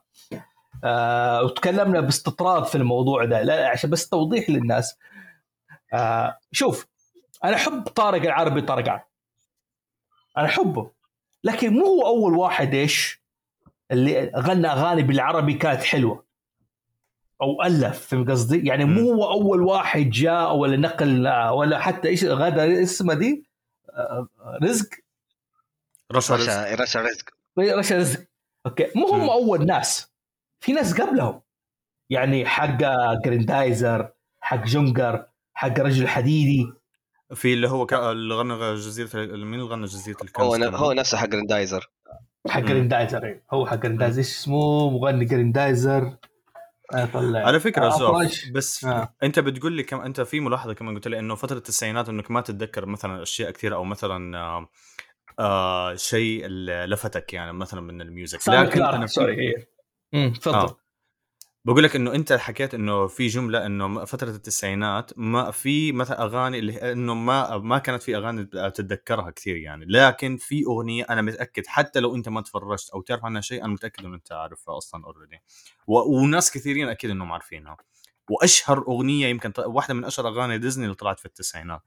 آه وتكلمنا باستطراد في الموضوع ده، لا عشان بس توضيح للناس. آه شوف انا احب طارق العربي، طارق عربي انا احبه، لكن مو هو اول واحد ايش اللي غنى اغاني بالعربي كانت حلوه او الف، في قصدي يعني مو هو اول واحد جاء ولا نقل ولا حتى ايش غدا اسمه دي آه رزق رشا رزق رشا رزق رشا رزق اوكي مو هم اول ناس، في ناس قبلهم يعني حق جريندايزر، حق جونجر، حق رجل حديدي، في اللي هو كا... اللي غنى جزيره، مين اللي غنى جزيره الكنز؟ هو ن... هو نفسه حق جريندايزر، حق جريندايزر هو حق جريندايزر اسمه مغني جريندايزر. طلع على فكره آه زوف بس آه. انت بتقول لي كم انت في ملاحظه كمان قلت لي انه فتره التسعينات انك ما تتذكر مثلا اشياء كثيره او مثلا آه آه شيء لفتك يعني مثلا من الميوزك، لكن انا سوري ايه امم تفضل آه. بقول لك انه انت حكيت انه في جمله انه فتره التسعينات ما في مثلا اغاني اللي انه ما ما كانت في اغاني تتذكرها كثير يعني، لكن في اغنيه انا متاكد حتى لو انت ما تفرجت او تعرف عنها شيء انا متاكد انه انت عارفها اصلا اوريدي، وناس كثيرين اكيد انهم عارفينها. واشهر اغنيه يمكن ط... واحده من اشهر اغاني ديزني اللي طلعت في التسعينات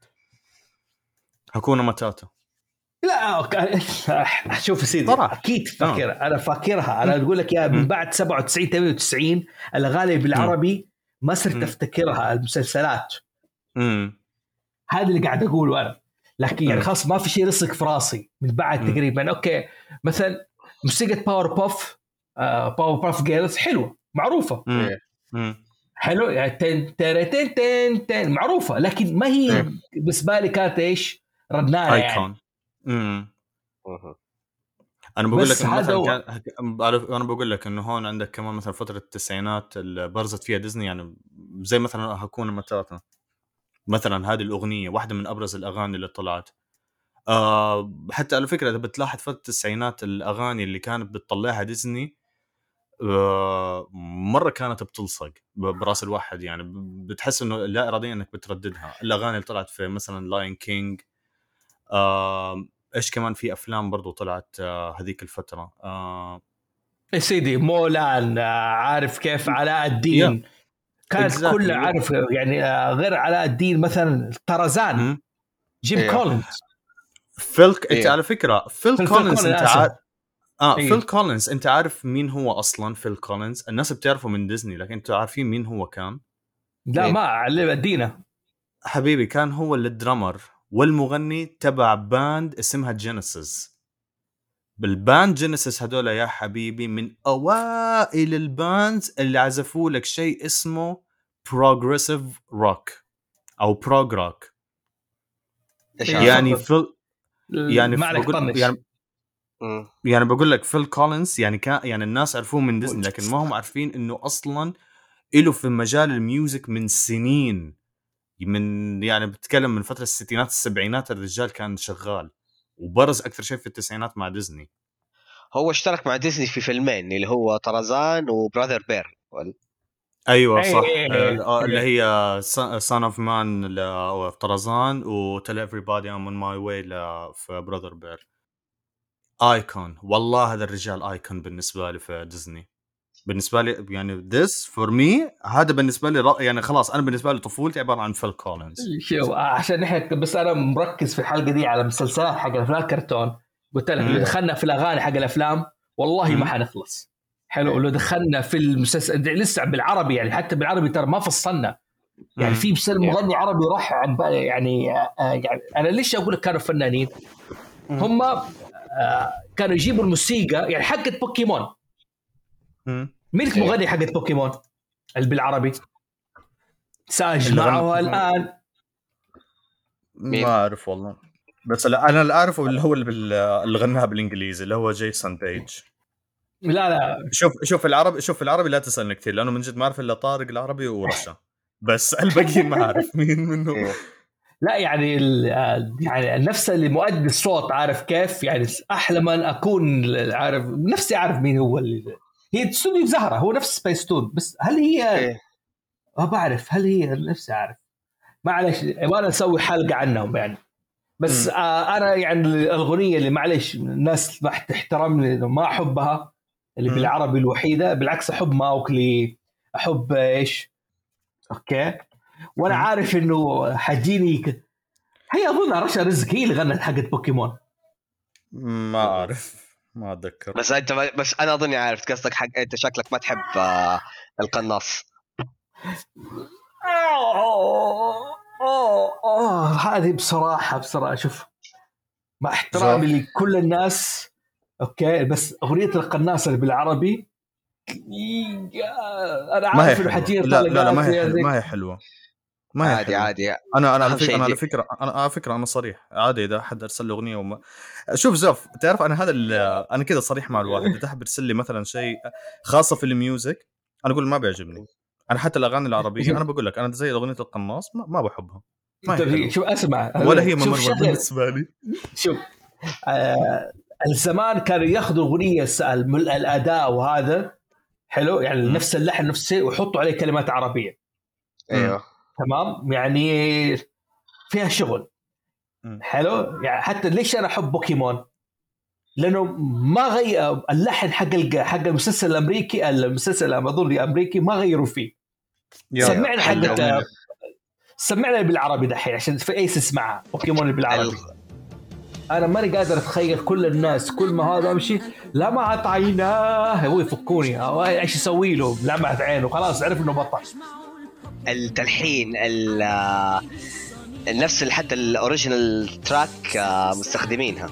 هكونا ماتاتا. لا شوف سيدي طرح. اكيد فاكر آه. انا فاكرها، انا اقول لك يا من بعد سبعة وتسعين ثمانية وتسعين الاغاني بالعربي ما صرت افتكرها، المسلسلات امم هذا اللي قاعد اقوله انا، لكن يعني خلاص ما في شيء رسك في راسي من بعد مم. تقريبا. اوكي مثلا موسيقى باور بوف آه باور بوف جيرلز حلوه معروفه مم. حلو يعني تن تن تن تن معروفه، لكن ما هي بالنسبه لي كانت ايش ردناها يعني. امم انا بقول لك مثلا كان انا بقول لك انه هون عندك كمان مثلا فتره التسعينات اللي برزت فيها ديزني يعني زي مثلا هكونا ماتاتا مثلا، هذه الاغنيه واحده من ابرز الاغاني اللي طلعت. آه حتى على فكره اذا بتلاحظ فتره التسعينات الاغاني اللي كانت بتطلعها ديزني آه مره كانت بتلصق براس الواحد يعني، بتحس انه لا اراديا انك بترددها. الاغاني اللي طلعت في مثلا لاين كينج، آه ايش كمان في افلام برضو طلعت آه هذيك الفتره آه سيدي مولان، عارف كيف علاء الدين yeah. كانت exactly. كل عارف يعني غير علاء الدين مثلا طرزان mm. جيم yeah. كولينز فيل انت yeah. على فكره فيل, فيل كولينز انت عارف اه yeah. فيل كولينز انت عارف مين هو اصلا؟ فيل كولينز الناس بتعرفه من ديزني، لكن انتوا عارفين مين هو كان؟ لا yeah. ما علم ادينا حبيبي، كان هو الدرامر والمغني تبع باند اسمها جينيسيس. بالباند جينيسيس هدول يا حبيبي من اوائل الباندز اللي عزفوا لك شيء اسمه بروجريسيف روك او بروج روك يعني في يعني بقول يعني م. يعني بقول لك فيل كولينز يعني كان يعني الناس عرفوه من ديزني، لكن ما هم عارفين انه اصلا له في مجال الميوزك من سنين، من يعني بتكلم من فترة الستينات السبعينات الرجال كان شغال، وبرز أكثر شيء في التسعينات مع ديزني. هو اشترك مع ديزني في فيلمين اللي هو طرزان وبراذر بير ولا؟ أيوة صح آه اللي هي Son of Man لطرزان و Tell Everybody I'm on my way في براذر بير. آيكون والله هذا الرجال آيكون بالنسبة لي في ديزني، بالنسبه لي يعني this for me هذا بالنسبه لي يعني خلاص انا بالنسبه لي طفولتي عباره عن فيل كولينز. شوف عشان نحن بس انا مركز في الحلقه دي على مسلسلات حق الافلام كرتون، قلت لك لو دخلنا في الاغاني حق الافلام والله ما حنخلص. حلو لو دخلنا في المسلسل لسه بالعربي يعني حتى بالعربي ترى ما فصلنا يعني في مسلسل مغني عربي راح عن بالي يعني, يعني انا ليش اقول لك كانوا فنانين هم كانوا يجيبوا الموسيقى يعني حقت بوكيمون. مين المغني حقت بوكيمون اللي بالعربي ساج معه الآن؟ ما أعرف والله، بس لا أنا اللي أعرفه اللي هو اللي غناها بالإنجليزي اللي هو جيسون بيج. لا لا شوف شوف العربي شوف العربي لا تسألني كثير لأنه من جد ما أعرف إلا طارق العربي ورشا. بس الباقيين ما أعرف مين منهم. لا يعني يعني نفس اللي مؤدي الصوت عارف كيف يعني أحلى من أكون عارف نفسي عارف مين هو اللي هي استوديو زهرة هو نفس سبيس تون بس هل هي ما بعرف هل هي نفسي عارف معلش وانا اسوي حلقه عنهم يعني بس آه انا يعني الاغنيه اللي معلش الناس راح تحترمني ما احبها اللي م. بالعربي الوحيده بالعكس احب ماوكلي احب ايش اوكي وانا م. عارف انه حجيني ك... هي اظن رشا رزق هي اللي غنت حقت بوكيمون ما اعرف ما اتذكر بس انت بس انا اظني عارف قصدك حق انت شكلك ما تحب آه القناص. أوه أوه أوه هذه بصراحة بصراحة شوف مع احترامي لكل الناس أوكي بس أغنية القناص اللي بالعربي أنا عارف إنه حتير لا لا, لا ما هي حلوة. ما هي حلوة ما هي عادي حلوة. عادي أنا أنا على فكرة أنا على فكرة أنا على فكرة أنا صريح عادي إذا حد أرسل له أغنية وما شوف زوف تعرف أنا هذا أنا كذا صريح مع الواحد إذا حد يرسل لي مثلا شيء خاصة في الميوزك أنا أقول ما بيعجبني. أنا حتى الأغاني العربية أنا بقول لك أنا زي أغنية القناص ما, ما بحبها ما شوف أسمع ولا هي ممر بالنسبة لي. شوف آه الزمان كانوا ياخذوا أغنية الأداء وهذا حلو يعني م. نفس اللحن نفس الشيء ويحطوا عليه كلمات عربية. ايوه تمام يعني فيها شغل م. حلو يعني حتى ليش أنا أحب بوكيمون لأنه ما غير اللحن حق حق المسلسل الأمريكي المسلسل أظن الأمريكي ما غيروا فيه. سمعنا حق سمعنا بالعربي دحين عشان في أيس اسمعها بوكيمون بالعربي. أنا ماني قادر أتخيل كل الناس كل ما هذا أمشي لمعت عيناه هو يفكوني إيش يسوي له لمعت عينه خلاص عرف إنه بطل. التلحين نفس حتى الأوريجينال تراك مستخدمينها.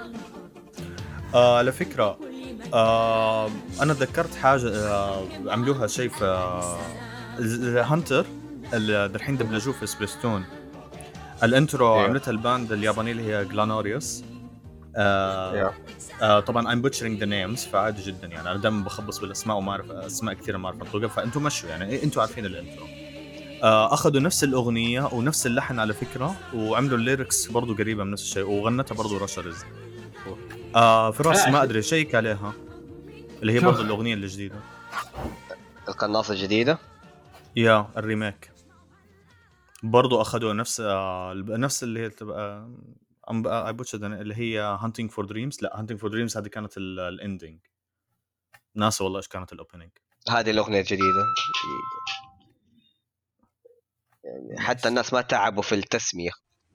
آه على فكرة آه أنا ذكرت حاجة آه عملوها شيء في آه هانتر اللي الحين دبلجوه في سبيستون الانترو yeah. عملتها الباند الياباني اللي هي جلانوريوس. آه yeah. آه طبعا I'm butchering the names فعادي جدا يعني أنا دائما بخبص بالأسماء وما أعرف أسماء كثيرة ما أعرف أنطقها فأنتوا مشوا يعني أنتوا عارفين الانترو. آه أخذوا نفس الأغنية ونفس اللحن على فكرة وعملوا الليركس برضو قريبة من نفس الشيء وغنتها برضو رشا رزق. آه في راسي ما أدري شيك عليها اللي هي برضو الأغنية الجديدة القناصة الجديدة يا الريميك برضو أخذوا نفس آه نفس اللي هي تبقى I butchered اللي هي Hunting for Dreams لا Hunting for Dreams هذه كانت الإندينج ناس والله إيش كانت الأوبنينج هذه الأغنية الجديدة يعني حتى الناس ما تعبوا في التسمية.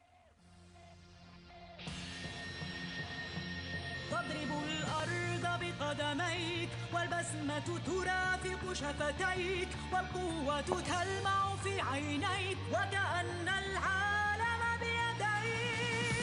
تضرب الأرض بقدميك والبسمة ترافق شفتيك والقوة تلمع في عينيك وكأن العالم بيديك.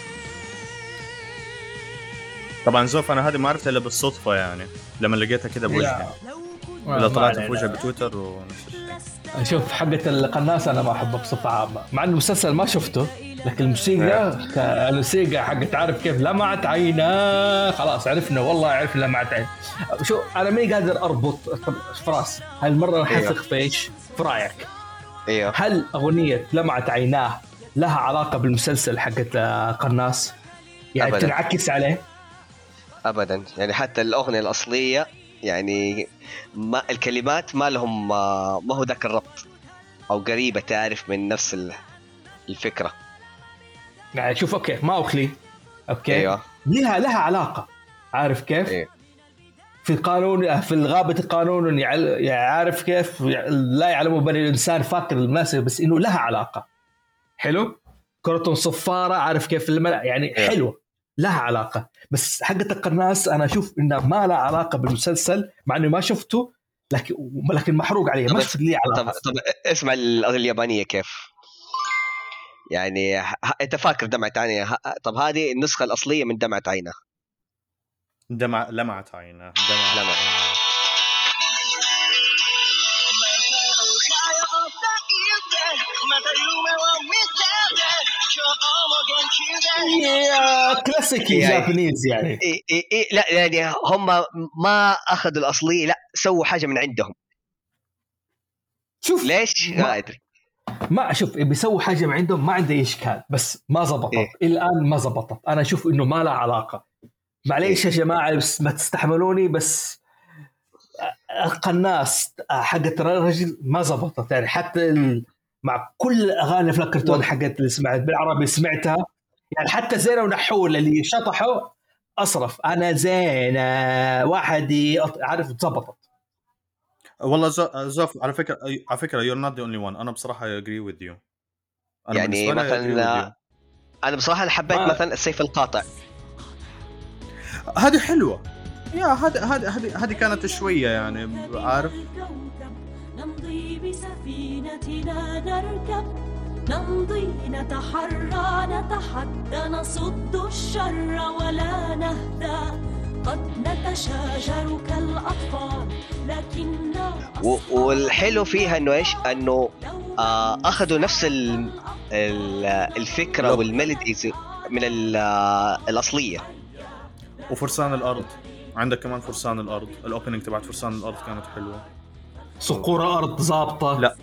طبعا زوف أنا هذه ما عرفتها إلا بالصدفة يعني لما لقيتها كده بوجهي ولا طلعت في وجهي بتويتر ونفس الشيء. شوف حقة القناص أنا ما أحبها بصفة عامة مع إنه المسلسل ما شفته لكن الموسيقى الموسيقى حقت عارف كيف لمعت عيناه خلاص عرفنا والله عرفنا لمعت عين. شو أنا ماني قادر أربط فراس هالمرة حثق في إيش في رأيك إيه. هل أغنية لمعت عيناه لها علاقة بالمسلسل حقت قناص يعني أبداً. تنعكس عليه أبدا يعني حتى الأغنية الأصلية يعني ما الكلمات ما لهم ما هو ذاك الربط أو قريبة تعرف من نفس الفكرة يعني شوف أوكي ما أخلي أوكي أيوة. لها لها علاقة عارف كيف أيوة. في القانون في الغابة القانون يعرف كيف لا يعلمه بني الإنسان فاكر الناس بس إنه لها علاقة حلو كرة صفارة عارف كيف الملأ يعني أيوة. حلوة لها علاقة بس حقة القناص أنا أشوف إنها ما لها علاقة بالمسلسل مع إني ما شفته لكن لكن محروق عليه ما شفت لي علاقة. طب, طب اسمع الأغنية اليابانية كيف يعني ه... أنت فاكر دمعة عينه ه... طب هذه النسخة الأصلية من دمعة عينه دمع لمعت عينه دمع لمعت يا كلاسيكي جابانيز يعني إيه إيه إيه لا يعني هم ما أخذوا الأصلي لا سووا حاجة من عندهم شوف ليش ما أدري ما اشوف بيسوي حاجه ما عندهم، ما عنده اشكال، بس ما زبطت إيه. الان ما زبطت. انا اشوف انه ما لها علاقه. معليش يا جماعه بس ما تستحملوني، بس القناص حقت الرجل ما زبطت يعني. حتى ال... مع كل اغاني في الكرتون حقت اللي سمعت بالعربي سمعتها يعني، حتى زينة ونحول اللي شطحوا اصرف انا زينة واحد عارف زبطت. والله زوف على فكره على فكره you're not the only one. انا بصراحه I agree with you. انا يعني بالنسبه لي I agree with مثلا you. انا بصراحه أنا حبيت ما- مثلا السيف القاطع. هذه حلوه يا هذه هذه هذه هذه كانت شويه يعني عارف. نمضي بسفينتنا نركب، نمضي نتحرى نتحدى، نصد الشر ولا نهدى، قد نتشاجر كالأطفال لكننا و- والحلو فيها انه ايش انه آه اخذوا نفس ال ال الفكره لب. والميلوديز من ال- آه، الاصليه. وفرسان الارض عندك كمان فرسان الارض، الاوبننج تبعت فرسان الارض كانت حلوه. صقور ارض ظابطه. لا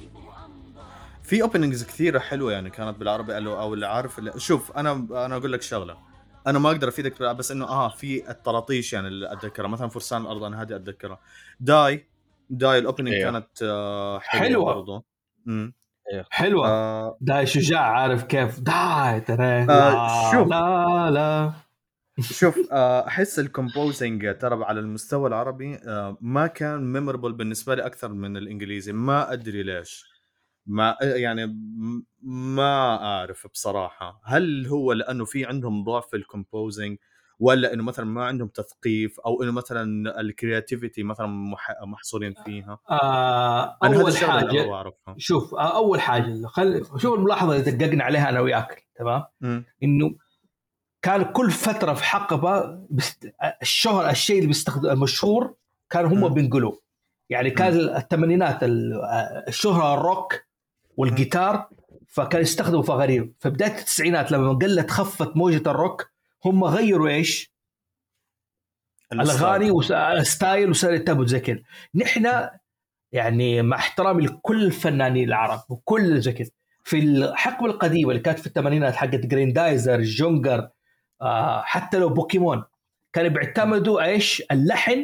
في اوبننجز كثيره حلوه يعني كانت بالعربي او اللي عارف اللي شوف انا انا اقول لك شغله، انا ما اقدر افيدك بس انه اه في الطراطيش يعني اللي اتذكرها مثلا فرسان الارض انا هذه اتذكرها. داي داي الاوبننج أيوه. كانت آه حلوه, حلوة. برضه امم حلوه آه داي شجاع عارف كيف داي ترى آه لا شوف لا لا شوف آه احس الكومبوزنج ترى على المستوى العربي آه ما كان ميموربل بالنسبه لي اكثر من الانجليزي، ما ادري ليش. ما يعني م- ما اعرف بصراحه، هل هو لانه في عندهم ضعف في الكومبوزنج، ولا انه مثلا ما عندهم تثقيف، او انه مثلا الكرياتيفيتي مثلا مح- محصورين فيها. آه انا هذه اول الشغله اللي حاجه ابغى اعرفها. شوف آه اول حاجه خل شوف الملاحظه اللي دققنا عليها انا وياك تمام، امم انه كان كل فتره في حقبه بست... الشهر الشيء اللي بيستخدم المشهور كان هم مم. بينقلوا يعني. كان مم. الثمانينات ال- الشهره الروك والجيتار، فكان يستخدموا فغريب. في بدايه التسعينات لما قلت خفت موجه الروك هم غيروا ايش الاغاني وستايل وصار يتبعوا زي كده. نحن يعني مع احترامي لكل الفنانين العرب وكل زي كده في الحقبه القديمه اللي كانت في الثمانينات حقت جريندايزر جونجر آه حتى لو بوكيمون كانوا بيعتمدوا ايش اللحن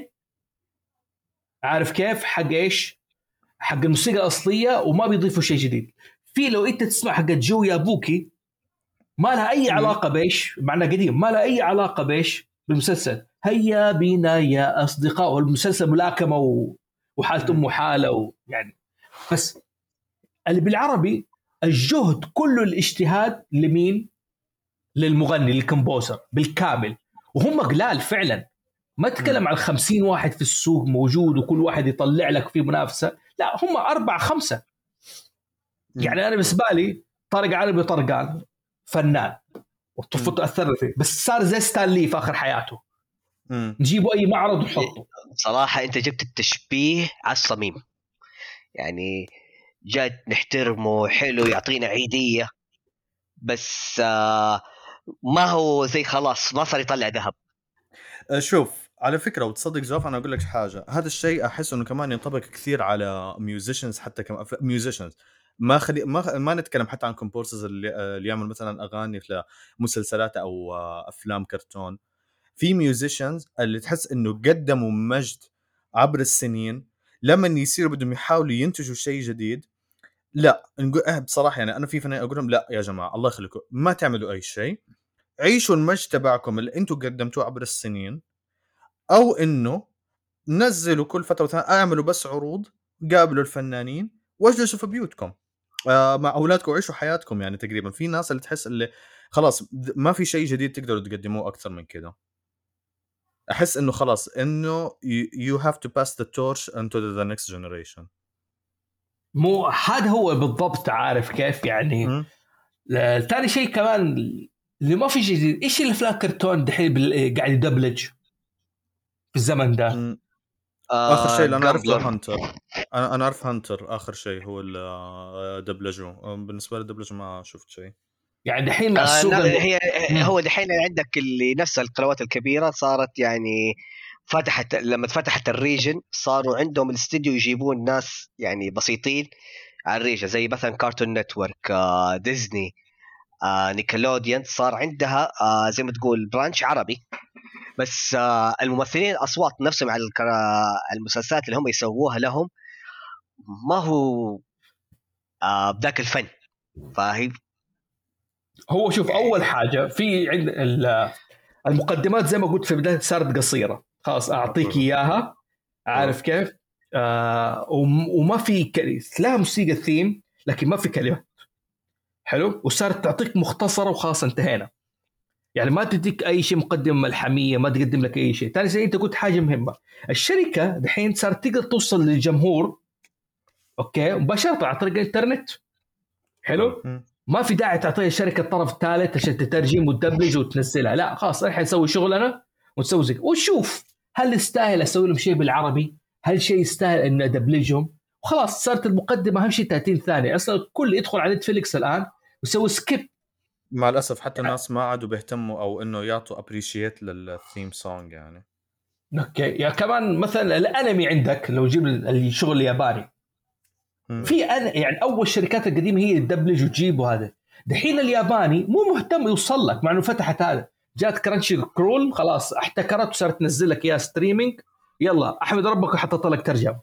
عارف كيف حق ايش حق الموسيقى الاصليه وما بيضيفوا شيء جديد. في لو انت تسمع حق جو يا بوكي ما لها اي علاقه بايش معنى قديم، ما لها اي علاقه بايش بالمسلسل. هيا بينا يا اصدقاء، والمسلسل ملاكمه و... وحاله ام حاله و... يعني بس اللي بالعربي الجهد كله الاجتهاد لمين؟ للمغني للكمبوزر بالكامل، وهم قلال فعلا. ما تتكلم عن خمسين واحد في السوق موجود وكل واحد يطلع لك في منافسة، لا هم أربعة خمسة. يعني أنا بالنسبة لي طارق عربي طرقان فنان وطفته أثر فيه، بس صار زي ستانلي في آخر حياته. مم. نجيبه أي معرض ونحطه. صراحة أنت جبت التشبيه على الصميم، يعني جد نحترمه حلو يعطينا عيدية، بس آه ما هو زي خلاص ما صار يطلع ذهب. شوف على فكرة وتصدق زوف أنا أقول لك حاجة، هذا الشيء أحس إنه كمان ينطبق كثير على ميوزيشنز، حتى كمان ميوزيشنز ما خلي ما ما نتكلم حتى عن كومبوزرز اللي, اللي يعمل مثلا أغاني في مسلسلات أو أفلام كرتون. في ميوزيشنز اللي تحس إنه قدموا مجد عبر السنين، لما يصيروا بدهم يحاولوا ينتجوا شيء جديد لا نقول اه بصراحة يعني أنا في فنان أقول لهم لا يا جماعة الله يخليكم ما تعملوا أي شيء، عيشوا المجد تبعكم اللي أنتوا قدمتوه عبر السنين، او انه نزلوا كل فتره وثانية اعملوا بس عروض، قابلوا الفنانين واجلسوا في بيوتكم آه مع اولادكم وعيشوا حياتكم. يعني تقريبا في ناس اللي تحس اللي خلاص ما في شيء جديد تقدروا تقدموه اكثر من كده. احس انه خلاص انه you have to pass the torch into the next generation. مو هذا هو بالضبط عارف كيف يعني. ثاني شيء كمان اللي ما في شيء جديد، ايش الافلام كرتون دحين بال... قاعد يدبلج في الزمن ده. م- آه اخر شيء اللي انا عرفته جامبلر. هانتر، انا انا اعرف هانتر اخر شيء هو الدبلجه. بالنسبه للدبلجه ما شفت شيء. يعني دحين مع آه السوق لا الم... هي هو دحين عندك اللي نفس القنوات الكبيرة صارت يعني فتحت، لما فتحت الريجن صاروا عندهم الاستديو يجيبون ناس يعني بسيطين على الريشه، زي مثلا كارتون نتورك، آه ديزني، آه نيكلوديان، صار عندها آه زي ما تقول برانش عربي. بس آه الممثلين الاصوات نفسهم على المسلسلات اللي هم يسووها لهم ما هو آه بذاك الفن. فهي هو شوف اول حاجه في عند المقدمات زي ما قلت في بدايه صارت قصيره، خلاص اعطيك اياها، عارف كيف؟ آه وما في ك... لا موسيقى ثيم لكن ما في كلمات، حلو، وصارت تعطيك مختصره وخلاص انتهينا. يعني ما تديك اي شيء مقدمه ملحميه، ما تقدم لك اي شيء ثاني. زي انت قلت حاجه مهمه، الشركه دحين صارت تقدر توصل للجمهور اوكي مباشره عن طريق الانترنت، حلو. ما في داعي تعطيها شركه طرف ثالث عشان تترجم وتدبلج وتنزلها، لا خلاص احنا نسوي شغلنا ونسوي زي وشوف هل يستاهل اسوي لهم شيء بالعربي، هل شيء يستاهل ان ادبلجهم، وخلاص صارت المقدمه اهم شيء ثلاثين ثانيه. اصلا الكل يدخل على نتفليكس الان ويسوي سكيب. مع الاسف حتى الناس ما عادوا بيهتموا او انه يعطوا ابريشيت للثيم سونج يعني. اوكي يا كمان مثلا الانمي عندك لو جيب الشغل الياباني في أنا يعني اول الشركات القديمه هي تدبلج وتجيب، وهذا دحين الياباني مو مهتم يوصل لك، مع انه فتحت هذا جات كرانشي كرول خلاص احتكرت وصارت تنزل لك يا ستريمينج، يلا احمد ربك وحطت لك ترجمه.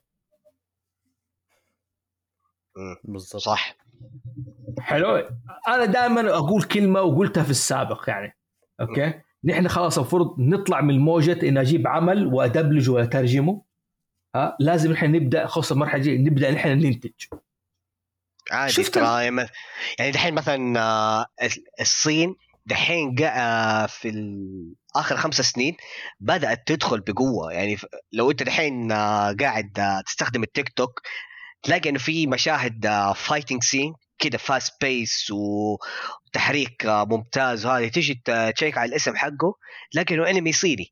بالضبط صح. حلو. انا دائما اقول كلمه وقلتها في السابق يعني اوكي، نحن خلاص المفروض نطلع من موجه ان اجيب عمل وادبلج واترجمه، ها لازم نحن نبدا خاصه المرحله الجايه نبدا نحن ننتج عادي. ترى يعني دحين مثلا الصين دحين جاء في اخر خمس سنين بدات تدخل بقوه. يعني لو انت دحين قاعد تستخدم التيك توك تلاقي انه في مشاهد فايتنج سين كده فاست بيس وتحريك ممتاز، وهذه تيجي تشيك على الاسم حقه تلاقي انه انمي صيني.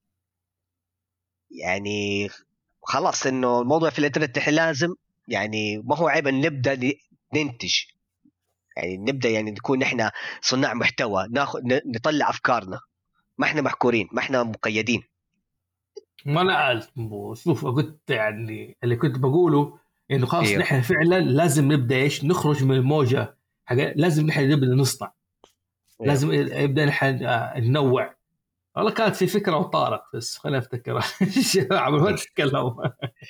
يعني خلاص انه الموضوع في الانترنت لازم يعني ما هو عيب ان نبدا ننتج، يعني نبدا يعني نكون نحن صناع محتوى، ناخذ نطلع افكارنا، ما احنا محكورين، ما احنا مقيدين. ما انا عارف. شوف قلت يعني اللي كنت بقوله انه خلاص إيه. نحن فعلا لازم نبدا ايش نخرج من الموجه حاجة، لازم نحن نبدا نصنع إيه. لازم يبدا نحن ننوع. والله كانت في فكره وطارق بس خلينا افتكر عمل ما تتكلم.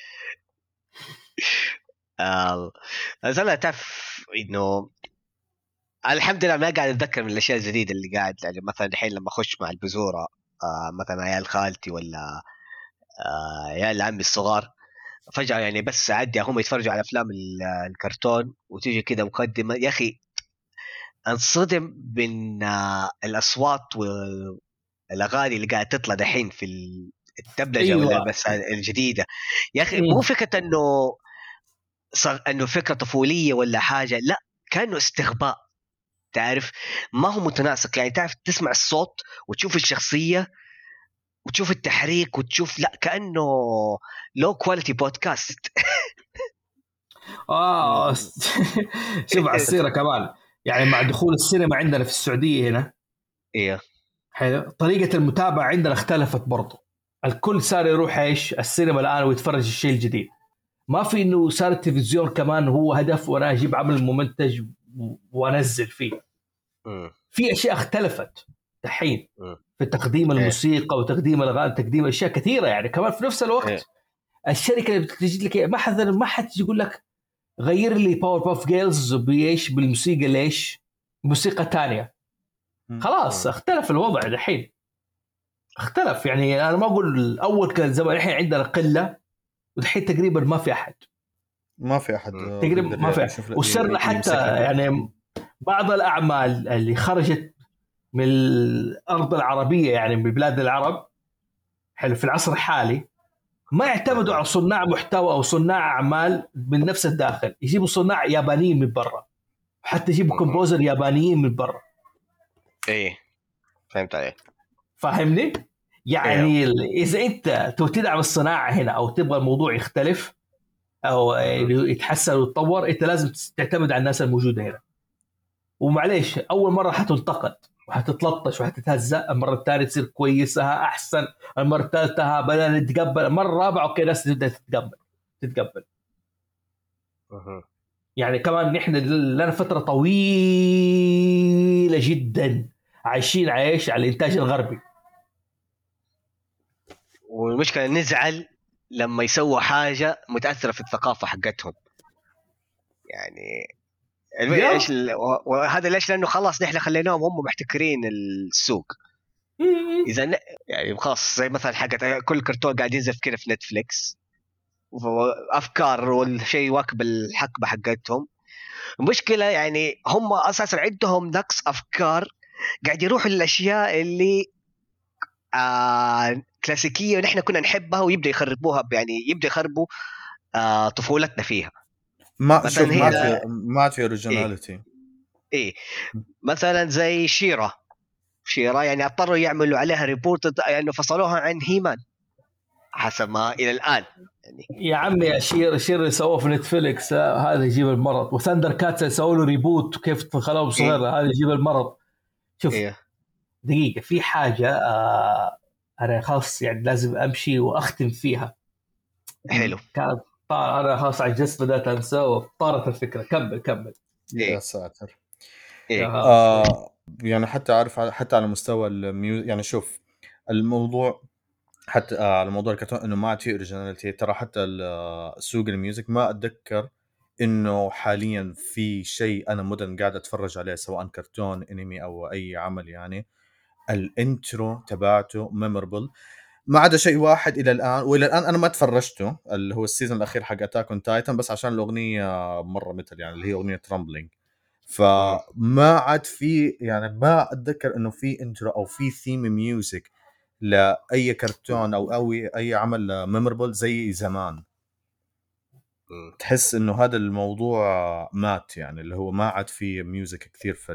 آه أنا تعرف إنه الحمد لله ما قاعد أتذكر من الأشياء الجديدة اللي قاعد يعني مثلا الحين لما أخش مع البزورة آه مثلا عيال خالتي ولا آه عيال عمي الصغار فجأة يعني بس أعدي هم يتفرجوا على أفلام الكرتون وتيجي كده مقدمة، يا أخي انصدم من آه الأصوات والأغاني اللي قاعد تطلع دحين في الدبلجة أيوة. ولا بس الجديدة يا أخي مو فكرة أنه صار انه فكره طفوليه ولا حاجه، لا كانه استغباء، تعرف ما هو متناسق. يعني تعرف تسمع الصوت وتشوف الشخصيه وتشوف التحريك وتشوف لا كانه لو كواليتي بودكاست. اه شوف على السيره كمان يعني مع دخول السينما عندنا في السعوديه هنا ايه حلو طريقه المتابعه عندنا اختلفت برضو. الكل صار يروح ايش السينما الان ويتفرج الشيء الجديد، ما في انه صار التلفزيون كمان هو هدف وانا اجيب عمل ممنتج وانزل فيه. م. في اشياء اختلفت الحين في تقديم الموسيقى وتقديم الاغاني، تقديم اشياء كثيره يعني كمان في نفس الوقت. إيه. الشركه اللي بتجي لك ما حد ما حد يقول لك غير لي باور باف جيرلز بايش بالموسيقى ليش موسيقى تانية. خلاص اختلف الوضع الحين اختلف. يعني انا ما اقول اول كان زمان الحين عندنا قله والحين تقريبا ما في احد ما في احد تقريبا ما في أحد. وصرنا حتى يعني بعض الاعمال اللي خرجت من الارض العربيه يعني من بلاد العرب حلو في العصر الحالي ما يعتمدوا على صناع محتوى او صناع اعمال من نفس الداخل، يجيبوا صناع يابانيين من برا، حتى يجيبوا كومبوزر يابانيين من برا. ايه فهمت عليك فاهمني يعني إيه. اذا انت تبغى تدعم الصناعه هنا او تبغى الموضوع يختلف او يتحسن ويتطور انت لازم تعتمد على الناس الموجوده هنا. ومعليش اول مره حتنتقد وحتتلطش وحتتهزأ، المره الثانيه تصير كويسه احسن، المره الثالثه بدأنا نتقبل، المره الرابعه اوكي ناس تبدا تتقبل تتقبل اها يعني كمان نحن لنا فترة طويلة جدا عايشين عايش على الإنتاج الغربي. والمشكله نزعل لما يسووا حاجه متاثره في الثقافه حقتهم يعني الم- يا. ايش ال- و- وهذا ليش؟ لانه خلاص نحن خليناهم هم محتكرين السوق. اذا ن- يعني خلاص زي مثلا حقت كل كرتون قاعد ينزل كذا في نتفليكس افكار والشيء واكب الحقبه حقتهم. المشكله يعني هم اساسا عندهم نقص افكار، قاعد يروحوا للاشياء اللي آه كلاسيكيه ونحن كنا نحبها ويبدا يخربوها، يعني يبدا يخربوا آه طفولتنا فيها. ما مثلا شوف ما عاد هنا في ما عاد في إيه اوريجيناليتي. إيه مثلا زي شيرا شيرا يعني اضطروا يعملوا عليها ريبورت لانه يعني فصلوها عن هيمان حسب ما الى الان يعني. يا عمي يا شير شير اللي سووه في نتفليكس آه، هذا يجيب المرض. وثاندر كاتس اللي سووا له ريبوت وكيف خلاهم صغير إيه هذا يجيب المرض. شوف إيه دقيقة في حاجة آه أنا خلاص يعني لازم أمشي وأختم فيها. حلو كانت طار أنا خلاص عجزت بدأت أنسى وطارت الفكرة. كمل كمل. يا إيه ساتر. يا إيه ها. آه يعني حتى عارف حتى على مستوى الميو يعني شوف الموضوع حتى آه على موضوع الكرتون انه ما عاد في اوريجيناليتي. ترى حتى سوق الميوزك ما اتذكر انه حاليا في شيء انا مدن قاعد اتفرج عليه سواء كرتون انمي او اي عمل يعني الانترو تبعته ميموربل ما عدا شيء واحد الى الان، والى الان انا ما تفرجته اللي هو السيزون الاخير حق اتاك اون تايتن بس عشان الاغنيه مره مثل يعني اللي هي اغنيه ترامبلينج. فما عاد في يعني ما اتذكر انه في انترو او في ثيم ميوزك لاي كرتون او او اي عمل ميموربل زي زمان. تحس انه هذا الموضوع مات يعني اللي هو ما عاد في ميوزك كثير في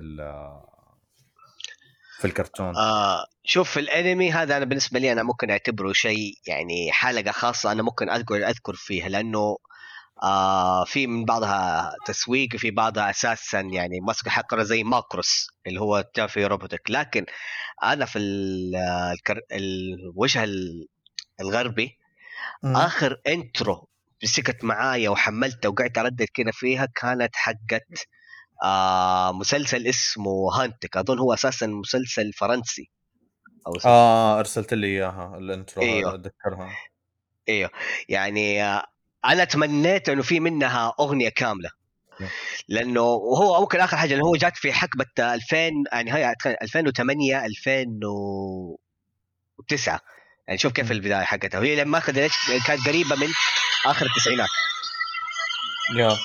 في الكرتون. آه شوف الانمي هذا انا بالنسبه لي انا ممكن اعتبره شيء يعني حلقه خاصه انا ممكن اذكر اذكر فيها لانه آه في من بعضها تسويق وفي بعضها اساسا يعني مسك حقره زي ماكروس اللي هو تافي روبوتك. لكن انا في ال- الكر... الوجه ال- الغربي اخر انترو مسكت معايا وحملتها وقعدت اردد كده فيها كانت حقت آه مسلسل اسمه هانتك. اظن هو اساسا مسلسل فرنسي او اسم... اه ارسلت لي اياها الانترو هذا ايوه اتذكرها. ايوه يعني آه انا تمنيت انه في منها اغنيه كامله لانه وهو ممكن اخر حاجه اللي هو جات في حقبه ألفين يعني هي ألفين وثمانية ألفين وتسعة يعني شوف كيف البدايه حقتها وهي لما اخذت كانت قريبه من اخر التسعينات. يا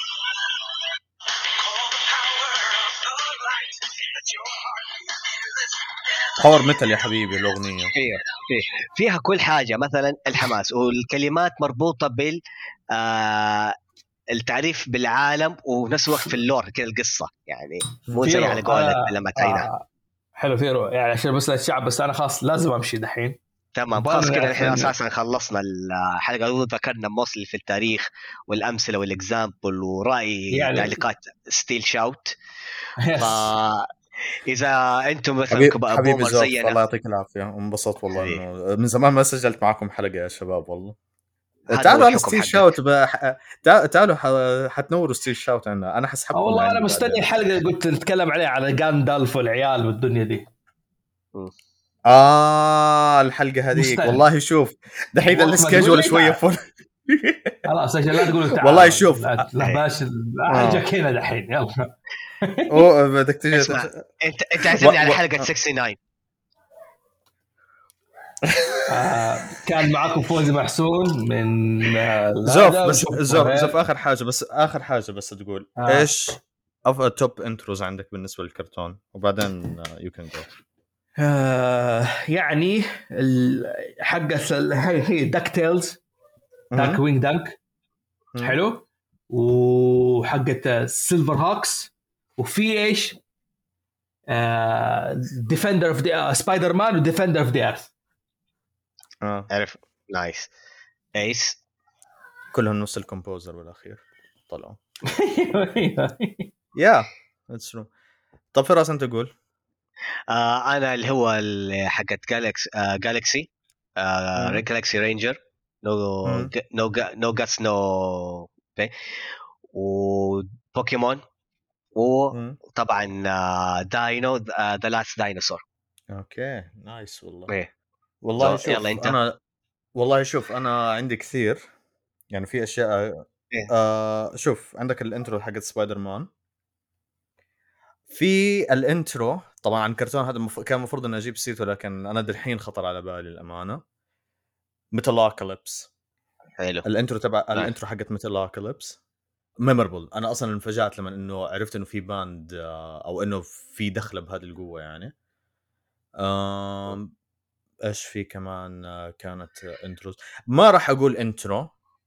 باور ميتال يا حبيبي الاغنيه. ايوه فيها كل حاجه مثلا الحماس والكلمات مربوطه بال آه التعريف بالعالم ونفس الوقت في اللور كذا القصه يعني مو زي على قولك لما تعينها. آه حلو فيرو يعني عشان بس الشعب بس أنا خلاص لازم أمشي دحين. تمام خلاص كده نحن اساسا خلصنا الحلقه وذكرنا موصل في التاريخ والامثله والاكزامبل وراي يعني تعليقات ستيل شاوت. ف اذا انتم مثلا حبيبي بومر زينا الله يعطيك العافيه انبسطت والله انه من زمان ما سجلت معكم حلقه يا شباب والله. تعالوا على ستيل شاوت بقى. تعالوا حتنوروا ستيل شاوت عنا انا حسحبكم. والله انا مستني الحلقه اللي قلت نتكلم عليها على جاندالف والعيال والدنيا دي. اه الحلقه هذيك والله شوف دحين السكيجول شويه فل. خلاص عشان لا تقولوا تعال والله شوف لا باش اجيك هنا دحين يلا. او بدك تجي اسمع انت انت عزمني على حلقه تسعة وستين. آه كان معكم فوزي محسون من آه زوف بس زوف زوف اخر حاجه بس اخر حاجه بس تقول آه. ايش افضل توب انتروز عندك بالنسبه للكرتون وبعدين يو كان جو. آه يعني حقت هي داك تيلز دارك وينج دانك حلو وحقت سيلفر هوكس وفي ايش ديفندر اوف ذا سبايدر مان وديفندر اوف ذا ايرث. اه عرف نايس ايس كلهم نفس الكومبوزر بالاخير طلعوا. يا اتس ترو. طب فراس انت تقول. آه انا اللي هو حقت جالكسي آه جالكسي آه جالكسي رينجر نو نو نو جاتس نو و بوكيمون، وطبعا آه داينو ذا لاست داينوسور. اوكي نايس والله. ايه والله so, شوف انا والله شوف انا عندي كثير يعني في اشياء. إيه؟ آه شوف عندك الانترو حق سبايدر مان، في الانترو طبعا عن كرتون هذا مف... كان المفروض اني اجيب سيرته لكن انا دحين خطر على بالي الامانه. ميتالوكاليبس، حلو. الانترو تبع الانترو حقت ميتالوكاليبس ميموربل. انا اصلا انفجعت لما انه عرفت انه في باند او انه في دخله بهذه القوه يعني. امم ايش في كمان كانت انترو، ما راح اقول انترو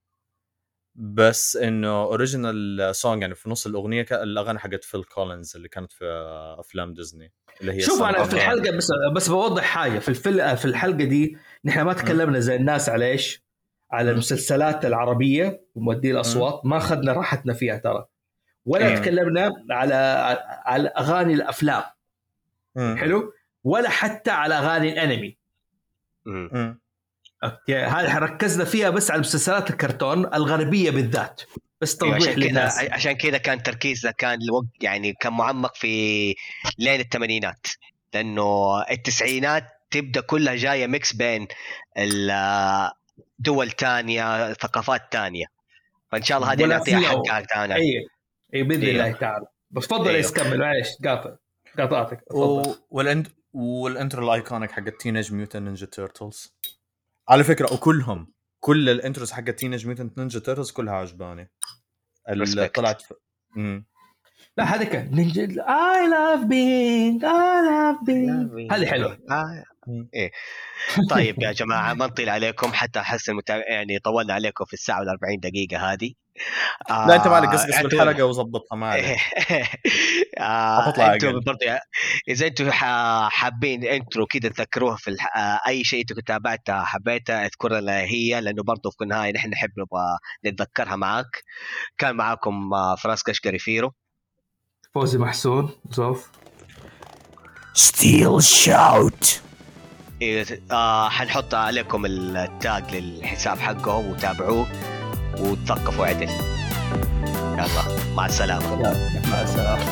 بس انه اوريجينال سونج يعني في نص الاغنيه الاغاني حقت فيل كولينز اللي كانت في افلام ديزني اللي هي. شوف انا في الحلقه بس بس بوضح حاجه في الفيلم في الحلقه دي نحن ما تكلمنا زي الناس على ايش، على المسلسلات العربيه ومؤدي الاصوات، ما اخذنا راحتنا فيها ترى، ولا م. تكلمنا على على اغاني الافلام م. حلو، ولا حتى على اغاني الانمي. م. اوكي هذه ركزنا فيها بس على مسلسلات الكرتون الغربيه بالذات، بس توضيح للناس. عشان كذا كان تركيزنا كان الوقت يعني كان معمق في لين الثمانينات، لانه التسعينات تبدا كلها جايه ميكس بين الدول تانية ثقافات تانية، فان شاء الله هذه نعطيها حقها تعالى. اي اي باذن الله تعالى. بس تفضل أيوه. يكمل معلش قاطع قاطعتك. تفضل. والانت والانترو الايكونيك حق تينيج ميوتن نينجا تيرتلز على فكره، وكلهم كل الانتروز حق تينيج ميوتن نينجا تيرتلز كلها عجباني اللي طلعت ف... لا هذيك نينجا I love being I love being هذه حلوه. ايه طيب يا جماعه ما نطيل عليكم حتى احس المتابع يعني طولنا عليكم في الساعه والأربعين دقيقه هذه. آه لا انت مالك قصقص بالحلقه وظبطها معك. آه انتوا برضه اذا انتوا حابين انترو كده تذكروها في الح... آه اي شيء انتوا تابعتها حبيتها اذكر لنا هي، لانه برضه في النهايه نحن نحب نبغى نتذكرها معاك. كان معاكم آه فراس كشكري فيرو، فوزي محسون زوف، ستيل شاوت. آه حنحط عليكم التاج للحساب حقه وتابعوه وتثقفوا عدل. يلا مع السلامة. مع السلامة.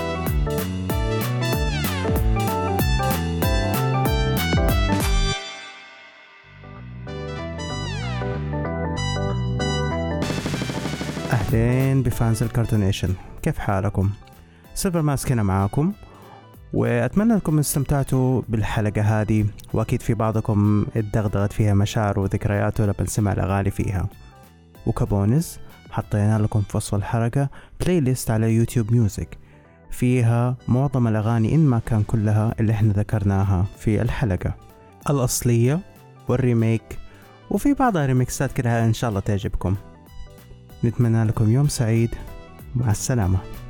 أهلين بفانز الكارتونيشن، كيف حالكم؟ سيلفر ماسك هنا معاكم، وأتمنى أنكم استمتعتوا بالحلقة هذه، وأكيد في بعضكم اتدغدغت فيها مشاعر وذكرياته لما نسمع الأغاني فيها. وكبونس حطينا لكم في وصف الحلقة بلاي ليست على يوتيوب ميوزك فيها معظم الأغاني إن ما كان كلها اللي احنا ذكرناها في الحلقة الأصلية والريميك، وفي بعضها ريميكسات كلها إن شاء الله تعجبكم. نتمنى لكم يوم سعيد، مع السلامة.